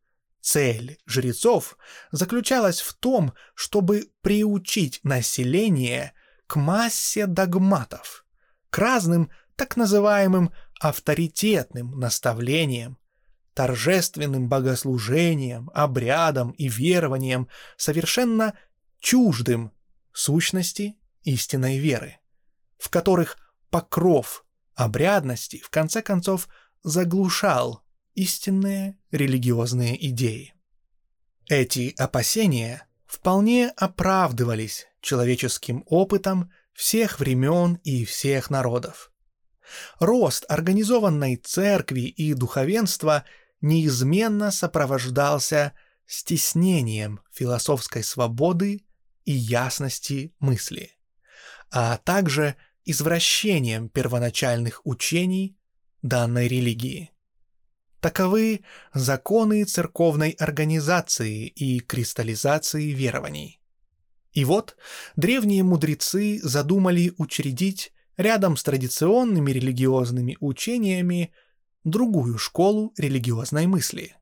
Цель жрецов заключалась в том, чтобы приучить население к массе догматов, к разным так называемым авторитетным наставлениям, торжественным богослужениям, обрядам и верованиям, совершенно чуждым сущности истинной веры, в которых покров обрядности в конце концов заглушал истинные религиозные идеи. Эти опасения вполне оправдывались человеческим опытом всех времен и всех народов. Рост организованной церкви и духовенства неизменно сопровождался стеснением философской свободы и ясности мысли, а также извращением первоначальных учений данной религии. Таковы законы церковной организации и кристаллизации верований. И вот древние мудрецы задумали учредить рядом с традиционными религиозными учениями другую школу религиозной мысли.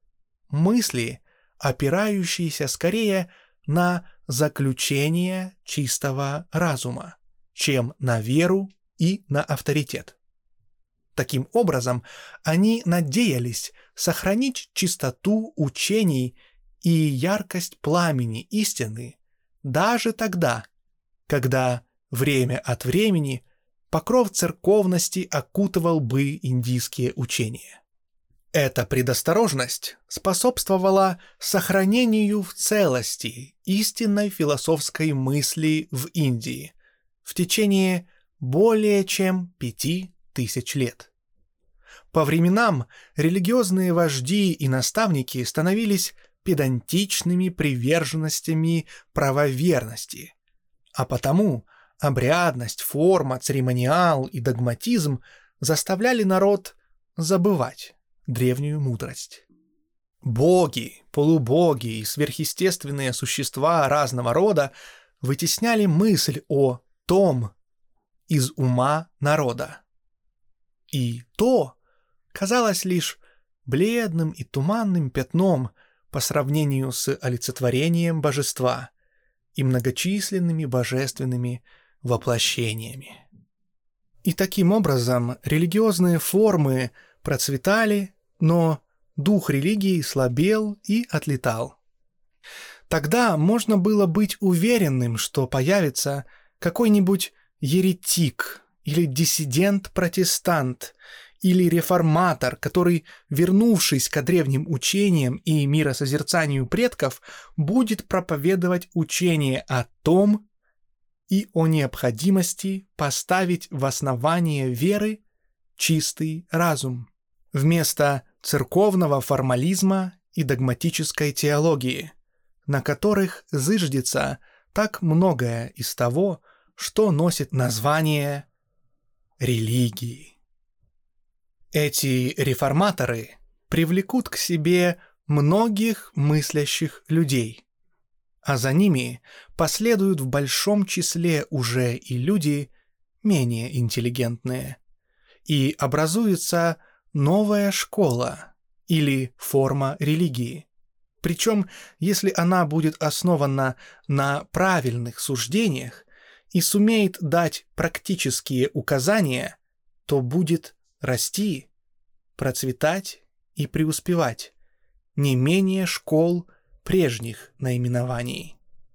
Мысли, опирающиеся скорее на заключение чистого разума, чем на веру и на авторитет. Таким образом, они надеялись сохранить чистоту учений и яркость пламени истины даже тогда, когда время от времени покров церковности окутывал бы индийские учения. Эта предосторожность способствовала сохранению в целости истинной философской мысли в Индии в течение более чем пяти тысяч лет. По временам религиозные вожди и наставники становились педантичными приверженностями правоверности, а потому обрядность, форма, церемониал и догматизм заставляли народ забывать древнюю мудрость. Боги, полубоги и сверхъестественные существа разного рода вытесняли мысль о том из ума народа. И то казалось лишь бледным и туманным пятном по сравнению с олицетворением божества и многочисленными божественными воплощениями. И таким образом религиозные формы процветали, но дух религии слабел и отлетал. Тогда можно было быть уверенным, что появится какой-нибудь еретик или диссидент-протестант или реформатор, который, вернувшись к древним учениям и миросозерцанию предков, будет проповедовать учение о том и о необходимости поставить в основание веры чистый разум, вместо церковного формализма и догматической теологии, на которых зыждется так многое из того, что носит название религии. Эти реформаторы привлекут к себе многих мыслящих людей, а за ними последуют в большом числе уже и люди менее интеллигентные, и образуется новая школа или форма религии. Причем, если она будет основана на правильных суждениях и сумеет дать практические указания, то будет расти, процветать и преуспевать не менее школ прежних наименований.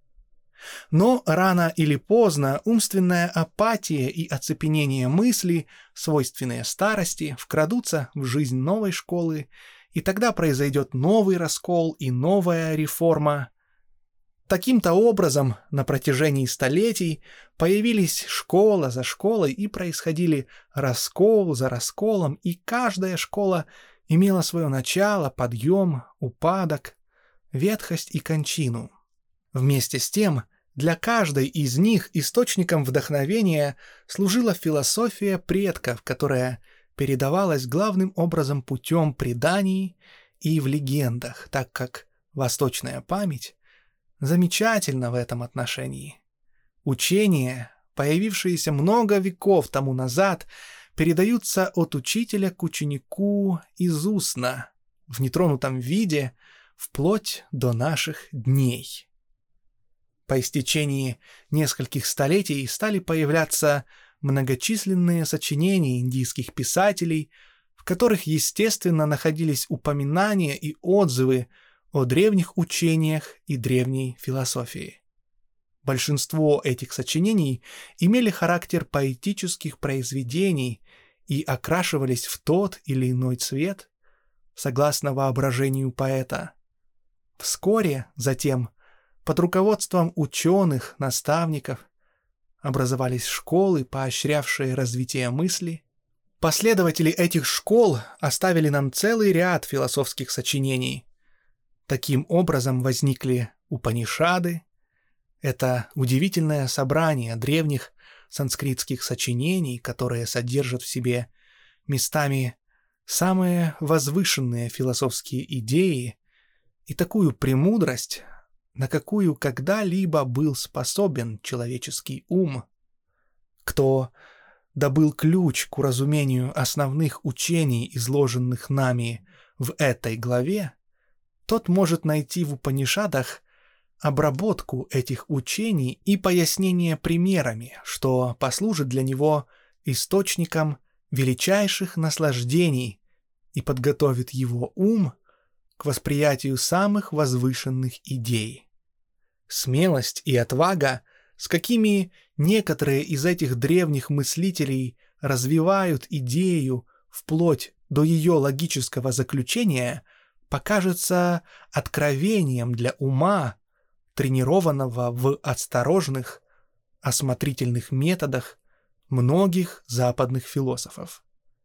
Но рано или поздно умственная апатия и оцепенение мысли, свойственные старости, вкрадутся в жизнь новой школы, и тогда произойдет новый раскол и новая реформа. Таким-то образом, на протяжении столетий появились школа за школой и происходили раскол за расколом, и каждая школа имела свое начало, подъем, упадок, ветхость и кончину. Вместе с тем, для каждой из них источником вдохновения служила философия предков, которая передавалась главным образом путем преданий и в легендах, так как восточная память замечательна в этом отношении. Учения, появившиеся много веков тому назад, передаются от учителя к ученику из устно, в нетронутом виде, вплоть до наших дней. По истечении нескольких столетий стали появляться многочисленные сочинения индийских писателей, в которых, естественно, находились упоминания и отзывы о древних учениях и древней философии. Большинство этих сочинений имели характер поэтических произведений и окрашивались в тот или иной цвет, согласно воображению поэта. Вскоре, затем, под руководством ученых, наставников, образовались школы, поощрявшие развитие мысли. Последователи этих школ оставили нам целый ряд философских сочинений. Таким образом возникли Упанишады. Это удивительное собрание древних санскритских сочинений, которые содержат в себе местами самые возвышенные философские идеи и такую премудрость, на какую когда-либо был способен человеческий ум. Кто добыл ключ к уразумению основных учений, изложенных нами в этой главе, тот может найти в Упанишадах обработку этих учений и пояснение примерами, что послужит для него источником величайших наслаждений и подготовит его ум к восприятию самых возвышенных идей. Смелость и отвага, с какими некоторые из этих древних мыслителей развивают идею вплоть до ее логического заключения покажется откровением для ума, тренированного в осторожных, осмотрительных методах многих западных философов.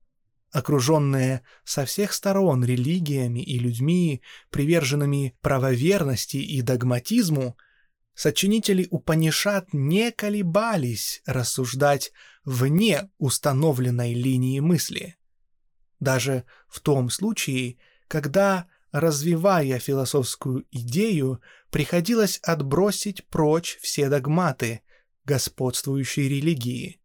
Окруженные со всех сторон религиями и людьми, приверженными правоверности и догматизму, сочинители Упанишад не колебались рассуждать вне установленной линии мысли. Даже в том случае, когда, развивая философскую идею, приходилось отбросить прочь все догматы господствующей религии.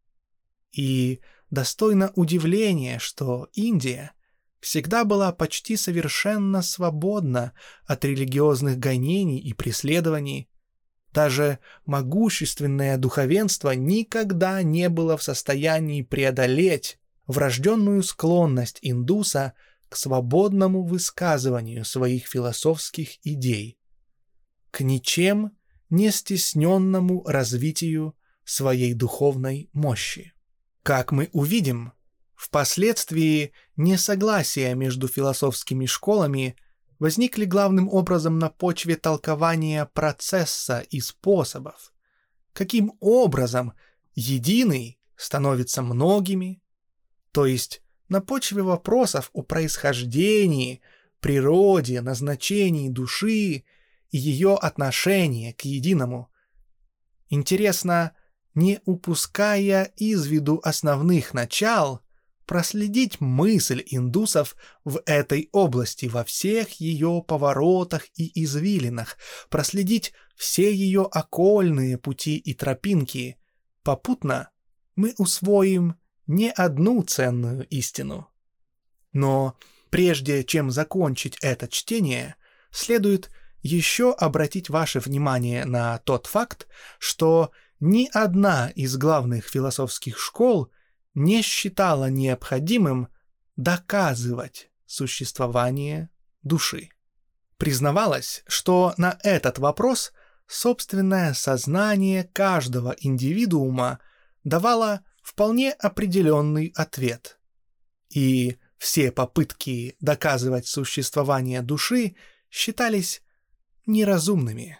И достойно удивления, что Индия всегда была почти совершенно свободна от религиозных гонений и преследований. Даже могущественное духовенство никогда не было в состоянии преодолеть врожденную склонность индуса к свободному высказыванию своих философских идей, к ничем не стесненному развитию своей духовной мощи. Как мы увидим, впоследствии несогласия между философскими школами возникли главным образом на почве толкования процесса и способов, каким образом единый становится многими, то есть на почве вопросов о происхождении, природе, назначении души и ее отношении к единому. Интересно, не упуская из виду основных начал, проследить мысль индусов в этой области во всех ее поворотах и извилинах, проследить все ее окольные пути и тропинки. Попутно мы усвоим не одну ценную истину. Но прежде чем закончить это чтение, следует еще обратить ваше внимание на тот факт, что ни одна из главных философских школ не считала необходимым доказывать существование души. Признавалось, что на этот вопрос собственное сознание каждого индивидуума давало вполне определенный ответ, и все попытки доказывать существование души считались неразумными.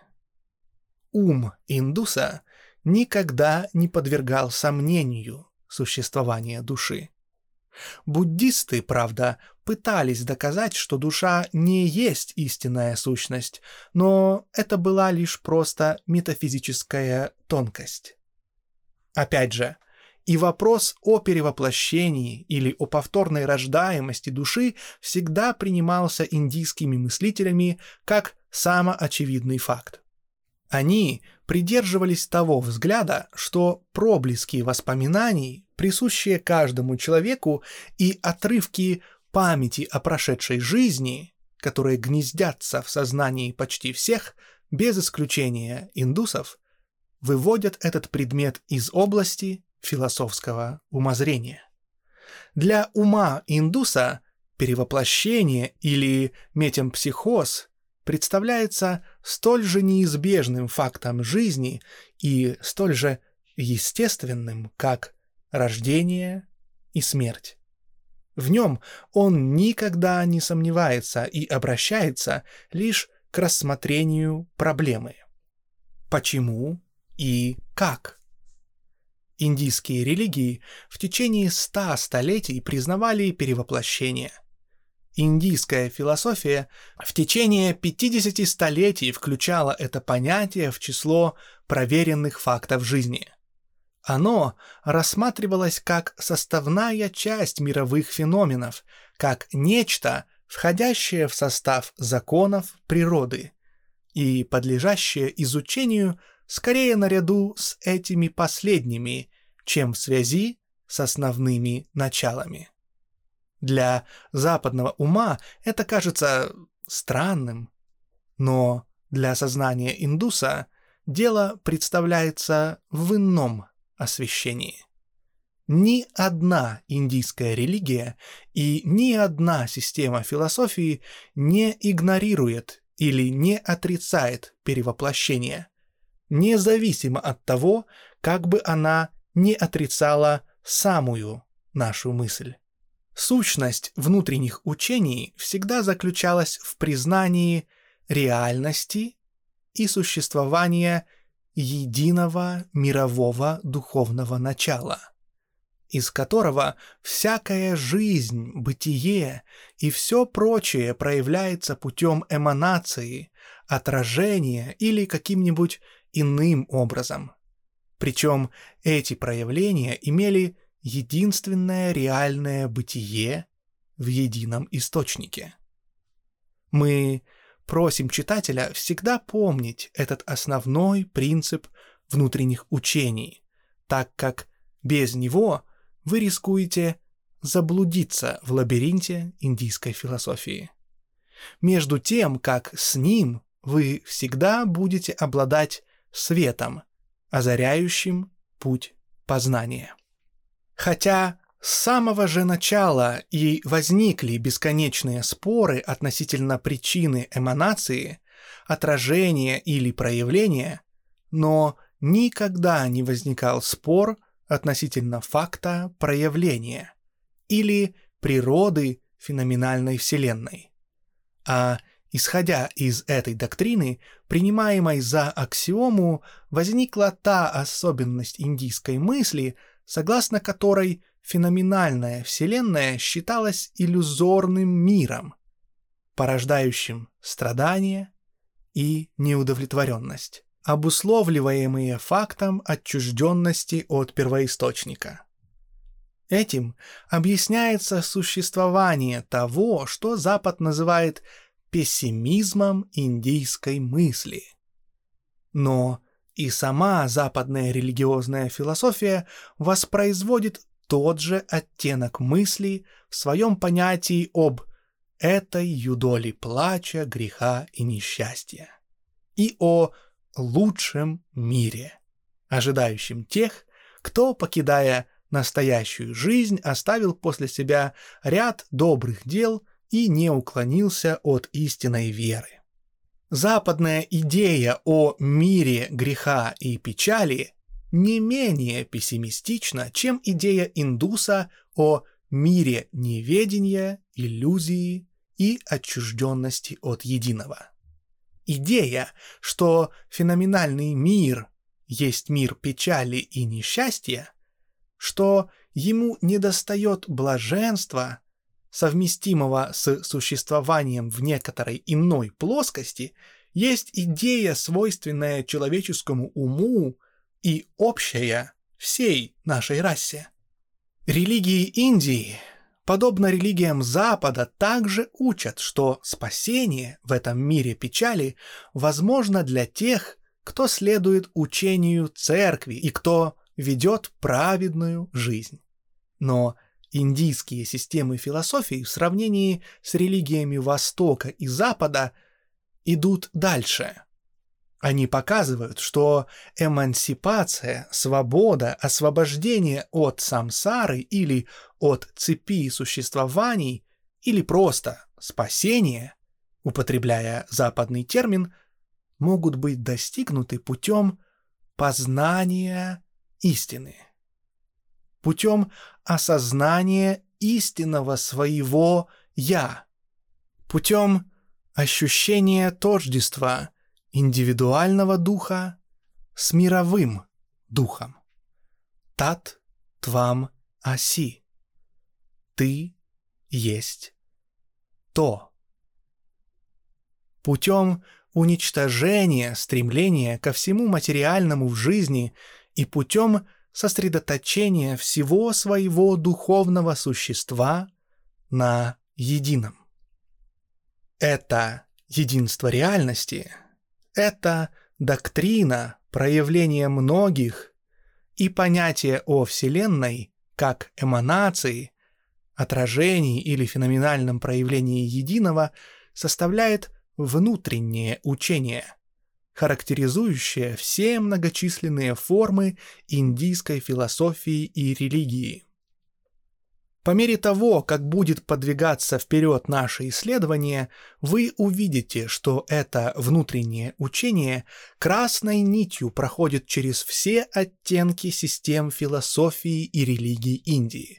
Ум индуса никогда не подвергал сомнению существование души. Буддисты, правда, пытались доказать, что душа не есть истинная сущность, но это была лишь просто метафизическая тонкость. Опять же, и вопрос о перевоплощении или о повторной рождаемости души всегда принимался индийскими мыслителями как самоочевидный факт. Они придерживались того взгляда, что проблески воспоминаний, присущие каждому человеку, и отрывки памяти о прошедшей жизни, которые гнездятся в сознании почти всех, без исключения индусов, выводят этот предмет из области философского умозрения. Для ума индуса перевоплощение или метемпсихоз представляется столь же неизбежным фактом жизни и столь же естественным, как рождение и смерть. В нем он никогда не сомневается и обращается лишь к рассмотрению проблемы. Почему и как? Индийские религии в течение ста столетий признавали перевоплощение. Индийская философия в течение пятидесяти столетий включала это понятие в число проверенных фактов жизни. Оно рассматривалось как составная часть мировых феноменов, как нечто, входящее в состав законов природы и подлежащее изучению скорее наряду с этими последними, чем в связи с основными началами. Для западного ума это кажется странным, но для сознания индуса дело представляется в ином освещении. Ни одна индийская религия и ни одна система философии не игнорирует или не отрицает перевоплощение, независимо от того, как бы она не отрицала самую нашу мысль. Сущность внутренних учений всегда заключалась в признании реальности и существования единого мирового духовного начала, из которого всякая жизнь, бытие и все прочее проявляется путем эманации, отражения или каким-нибудь иным образом. Причем эти проявления имели единственное реальное бытие в едином источнике. Мы просим читателя всегда помнить этот основной принцип внутренних учений, так как без него вы рискуете заблудиться в лабиринте индийской философии. Между тем, как с ним вы всегда будете обладать светом, озаряющим путь познания. Хотя с самого же начала и возникли бесконечные споры относительно причины эманации, отражения или проявления, но никогда не возникал спор относительно факта проявления или природы феноменальной Вселенной. А исходя из этой доктрины, принимаемой за аксиому, возникла та особенность индийской мысли, согласно которой феноменальная Вселенная считалась иллюзорным миром, порождающим страдания и неудовлетворенность, обусловливаемые фактом отчужденности от первоисточника. Этим объясняется существование того, что Запад называет пессимизмом индийской мысли. Но и сама западная религиозная философия воспроизводит тот же оттенок мысли в своем понятии об этой юдоли плача, греха и несчастья, и о лучшем мире, ожидающем тех, кто, покидая настоящую жизнь, оставил после себя ряд добрых дел и не уклонился от истинной веры. Западная идея о мире греха и печали не менее пессимистична, чем идея индуса о мире неведения, иллюзии и отчужденности от единого. Идея, что феноменальный мир есть мир печали и несчастья, что ему недостает блаженства, совместимого с существованием в некоторой иной плоскости, есть идея, свойственная человеческому уму и общая всей нашей расе. Религии Индии, подобно религиям Запада, также учат, что спасение в этом мире печали возможно для тех, кто следует учению церкви и кто ведет праведную жизнь. Но индийские системы философии в сравнении с религиями Востока и Запада идут дальше. Они показывают, что эмансипация, свобода, освобождение от самсары или от цепи существований, или просто спасение, употребляя западный термин, могут быть достигнуты путем познания истины, путем осознания истинного своего «я», путем ощущения тождества индивидуального духа с мировым духом. Тат твам аси. Ты есть то. Путем уничтожения стремления ко всему материальному в жизни и путем сосредоточения всего своего духовного существа на едином. Это единство реальности, это доктрина проявления многих и понятие о Вселенной как эманации, отражении или феноменальном проявлении единого составляет внутреннее учение, характеризующее все многочисленные формы индийской философии и религии. По мере того, как будет подвигаться вперед наше исследование, вы увидите, что это внутреннее учение красной нитью проходит через все оттенки систем философии и религии Индии,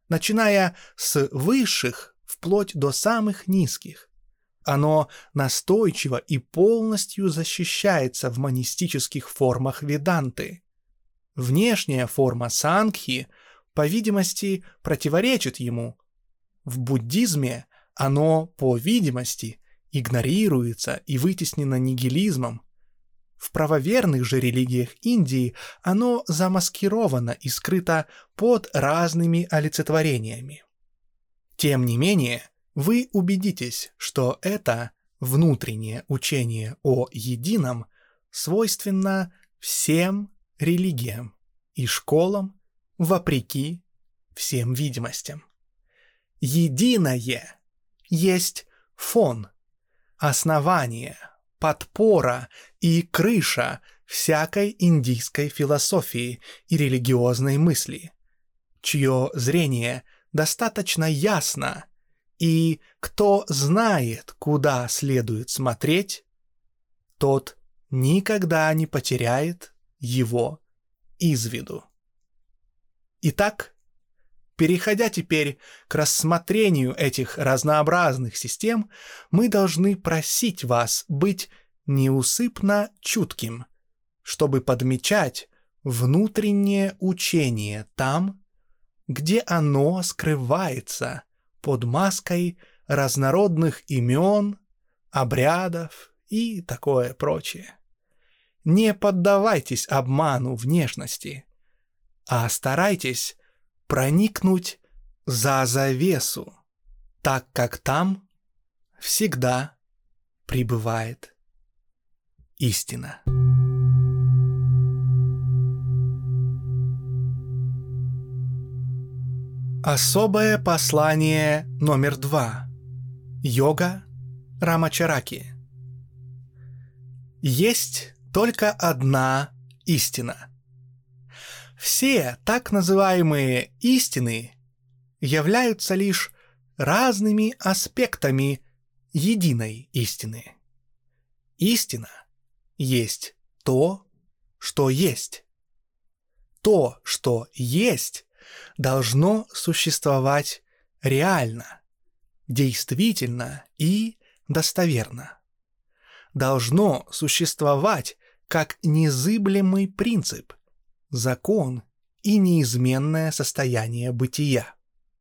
начиная с высших вплоть до самых низких. Оно настойчиво и полностью защищается в монистических формах веданты. Внешняя форма сангхи, по видимости, противоречит ему. В буддизме оно, по видимости, игнорируется и вытеснено нигилизмом. В правоверных же религиях Индии оно замаскировано и скрыто под разными олицетворениями. Тем не менее, вы убедитесь, что это внутреннее учение о едином свойственно всем религиям и школам вопреки всем видимостям. Единое есть фон, основание, подпора и крыша всякой индийской философии и религиозной мысли, чье зрение достаточно ясно, и кто знает, куда следует смотреть, тот никогда не потеряет его из виду. Итак, переходя теперь к рассмотрению этих разнообразных систем, мы должны просить вас быть неусыпно чутким, чтобы подмечать внутреннее учение там, где оно скрывается под маской разнородных имен, обрядов и такое прочее. Не поддавайтесь обману внешности, а старайтесь проникнуть за завесу, так как там всегда пребывает истина. Особое послание номер два. Йога Рамачараки. Есть только одна истина. Все так называемые истины являются лишь разными аспектами единой истины. Истина есть то, что есть. То, что есть, должно существовать реально, действительно и достоверно. Должно существовать как незыблемый принцип, закон и неизменное состояние бытия.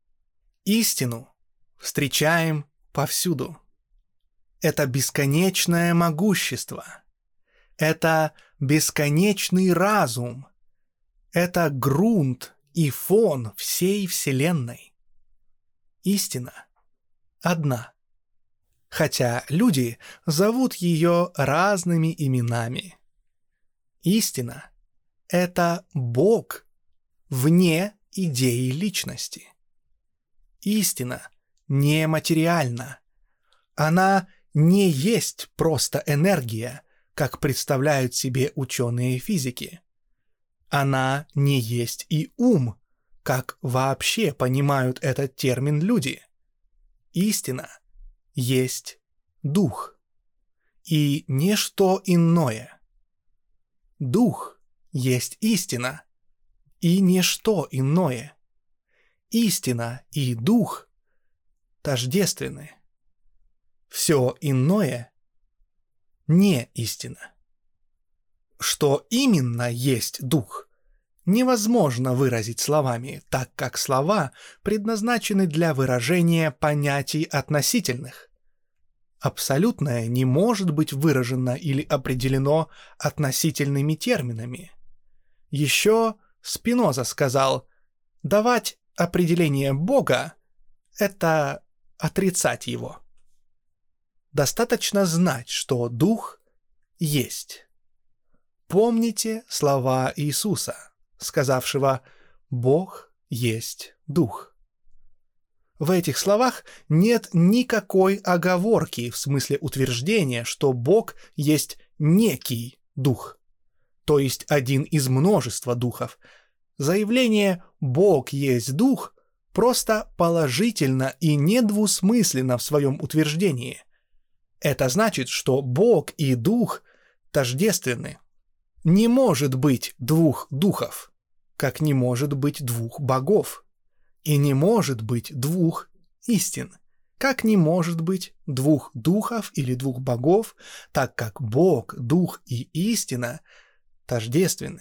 Истину встречаем повсюду. Это бесконечное могущество. Это бесконечный разум. Это грунт и фон всей Вселенной. Истина одна, хотя люди зовут ее разными именами. Истина — это Бог вне идеи личности. Истина нематериальна. Она не есть просто энергия, как представляют себе ученые физики. Она не есть и ум, как вообще понимают этот термин люди. Истина есть дух, и ничто иное. Дух есть истина, и ничто иное. Истина и дух тождественны. Все иное не истина. Что именно есть дух, невозможно выразить словами, так как слова предназначены для выражения понятий относительных. Абсолютное не может быть выражено или определено относительными терминами. Еще Спиноза сказал: давать определение Бога — это отрицать его. Достаточно знать, что дух есть. Помните слова Иисуса, сказавшего: «Бог есть дух». В этих словах нет никакой оговорки в смысле утверждения, что Бог есть некий дух, то есть один из множества духов. Заявление «Бог есть дух» просто положительно и недвусмысленно в своем утверждении. Это значит, что Бог и дух тождественны. Не может быть двух духов, как не может быть двух богов. И не может быть двух истин, как не может быть двух духов или двух богов, так как Бог, Дух и истина тождественны.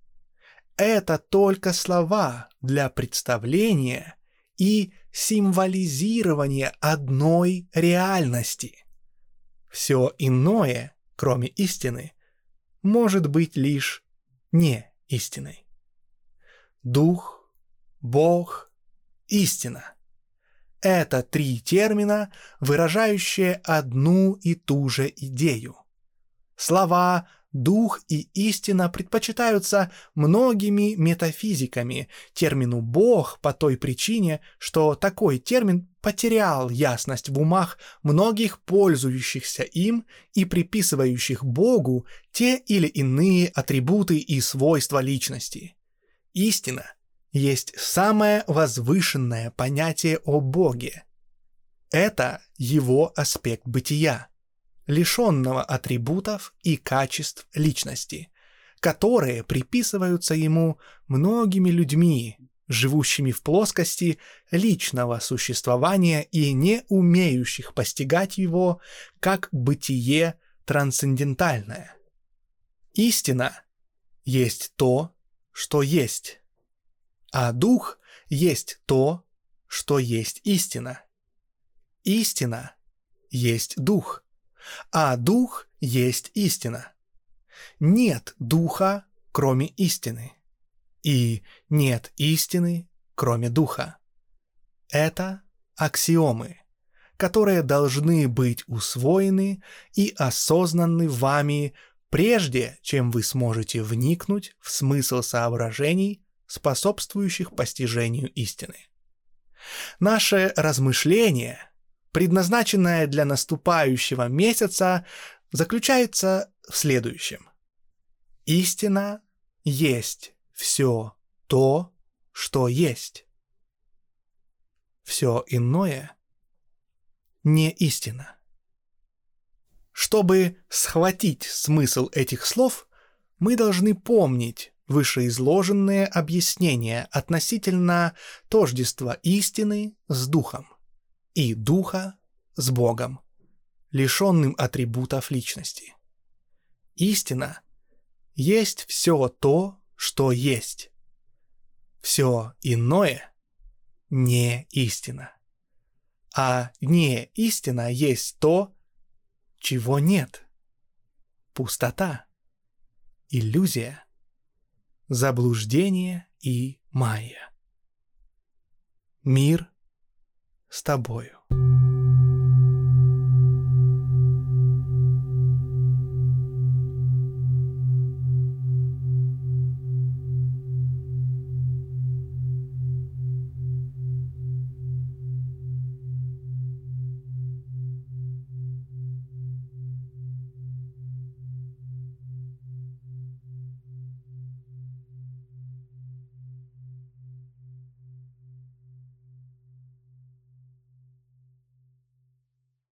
Это только слова для представления и символизирования одной реальности. Все иное, кроме истины, может быть лишь не истиной. Дух, Бог, истина — это три термина, выражающие одну и ту же идею. Слова «дух» и «истина» предпочитаются многими метафизиками термину «бог» по той причине, что такой термин потерял ясность в умах многих пользующихся им и приписывающих Богу те или иные атрибуты и свойства личности. Истина есть самое возвышенное понятие о Боге. Это его аспект бытия, лишенного атрибутов и качеств личности, которые приписываются ему многими людьми, живущими в плоскости личного существования и не умеющих постигать его как бытие трансцендентальное. Истина есть то, что есть, а дух есть то, что есть истина. Истина есть дух, а дух есть истина. Нет духа, кроме истины, и нет истины, кроме духа. Это аксиомы, которые должны быть усвоены и осознаны вами, прежде чем вы сможете вникнуть в смысл соображений, способствующих постижению истины. Наше размышление, предназначенное для наступающего месяца, заключается в следующем. Истина есть все то, что есть. Все иное не истина. Чтобы схватить смысл этих слов, мы должны помнить вышеизложенные объяснения относительно тождества истины с духом и духа с Богом, лишенным атрибутов личности. Истина есть все то, что есть. Все иное не истина. А не истина есть то, чего нет. Пустота, иллюзия, заблуждение и майя. Мир с тобою.